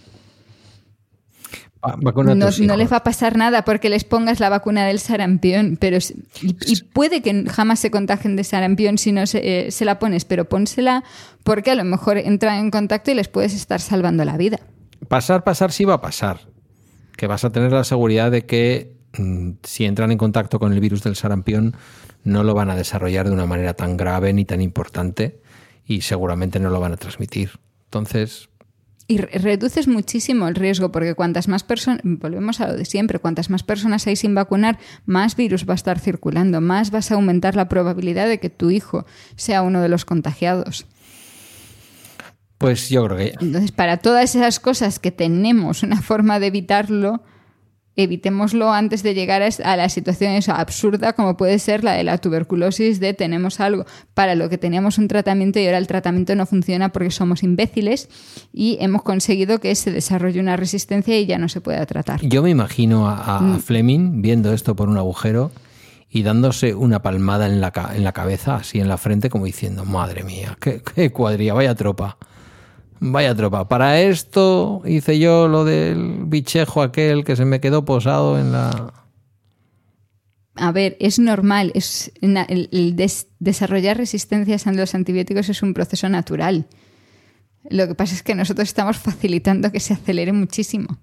Vacuna a no, tus hijos. No les va a pasar nada porque les pongas la vacuna del sarampión, pero y, y puede que jamás se contagien de sarampión si no se, eh, se la pones, pero pónsela porque a lo mejor entran en contacto y les puedes estar salvando la vida. Pasar, pasar sí va a pasar. Que vas a tener la seguridad de que mmm, si entran en contacto con el virus del sarampión no lo van a desarrollar de una manera tan grave ni tan importante y seguramente no lo van a transmitir. Entonces... Y re- reduces muchísimo el riesgo porque cuantas más personas, volvemos a lo de siempre, cuantas más personas hay sin vacunar, más virus va a estar circulando, más vas a aumentar la probabilidad de que tu hijo sea uno de los contagiados. Pues yo creo que... Entonces, para todas esas cosas que tenemos una forma de evitarlo, evitémoslo antes de llegar a la situación esa absurda como puede ser la de la tuberculosis, de tenemos algo para lo que teníamos un tratamiento y ahora el tratamiento no funciona porque somos imbéciles y hemos conseguido que se desarrolle una resistencia y ya no se pueda tratar. Yo me imagino a, a Fleming viendo esto por un agujero y dándose una palmada en la, en la cabeza, así en la frente, como diciendo, madre mía, qué, qué cuadrilla, vaya tropa. Vaya tropa. Para esto hice yo lo del bichejo aquel que se me quedó posado en la... A ver, es normal. Es, el, el des, desarrollar resistencias a los antibióticos es un proceso natural. Lo que pasa es que nosotros estamos facilitando que se acelere muchísimo.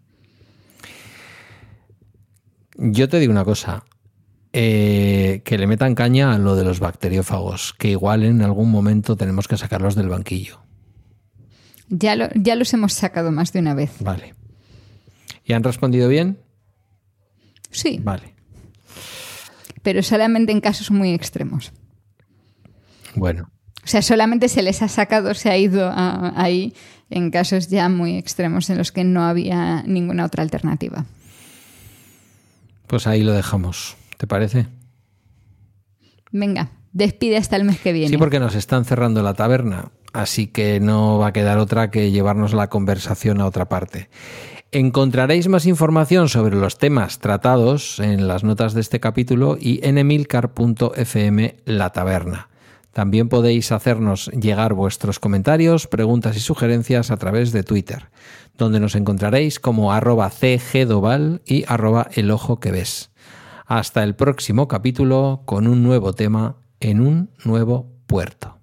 Yo te digo una cosa. Eh, que le metan caña a lo de los bacteriófagos, que igual en algún momento tenemos que sacarlos del banquillo. Ya, lo, ya los hemos sacado más de una vez. Vale. ¿Y han respondido bien? Sí. Vale. Pero solamente en casos muy extremos. Bueno. O sea, solamente se les ha sacado, se ha ido a, ahí en casos ya muy extremos en los que no había ninguna otra alternativa. Pues ahí lo dejamos. ¿Te parece? Venga, despide hasta el mes que viene. Sí, porque nos están cerrando la taberna. Así que no va a quedar otra que llevarnos la conversación a otra parte. Encontraréis más información sobre los temas tratados en las notas de este capítulo y en emilcar punto efe eme La Taberna. También podéis hacernos llegar vuestros comentarios, preguntas y sugerencias a través de Twitter, donde nos encontraréis como arroba cgdoval y arroba el ojo que ves. Hasta el próximo capítulo con un nuevo tema en un nuevo puerto.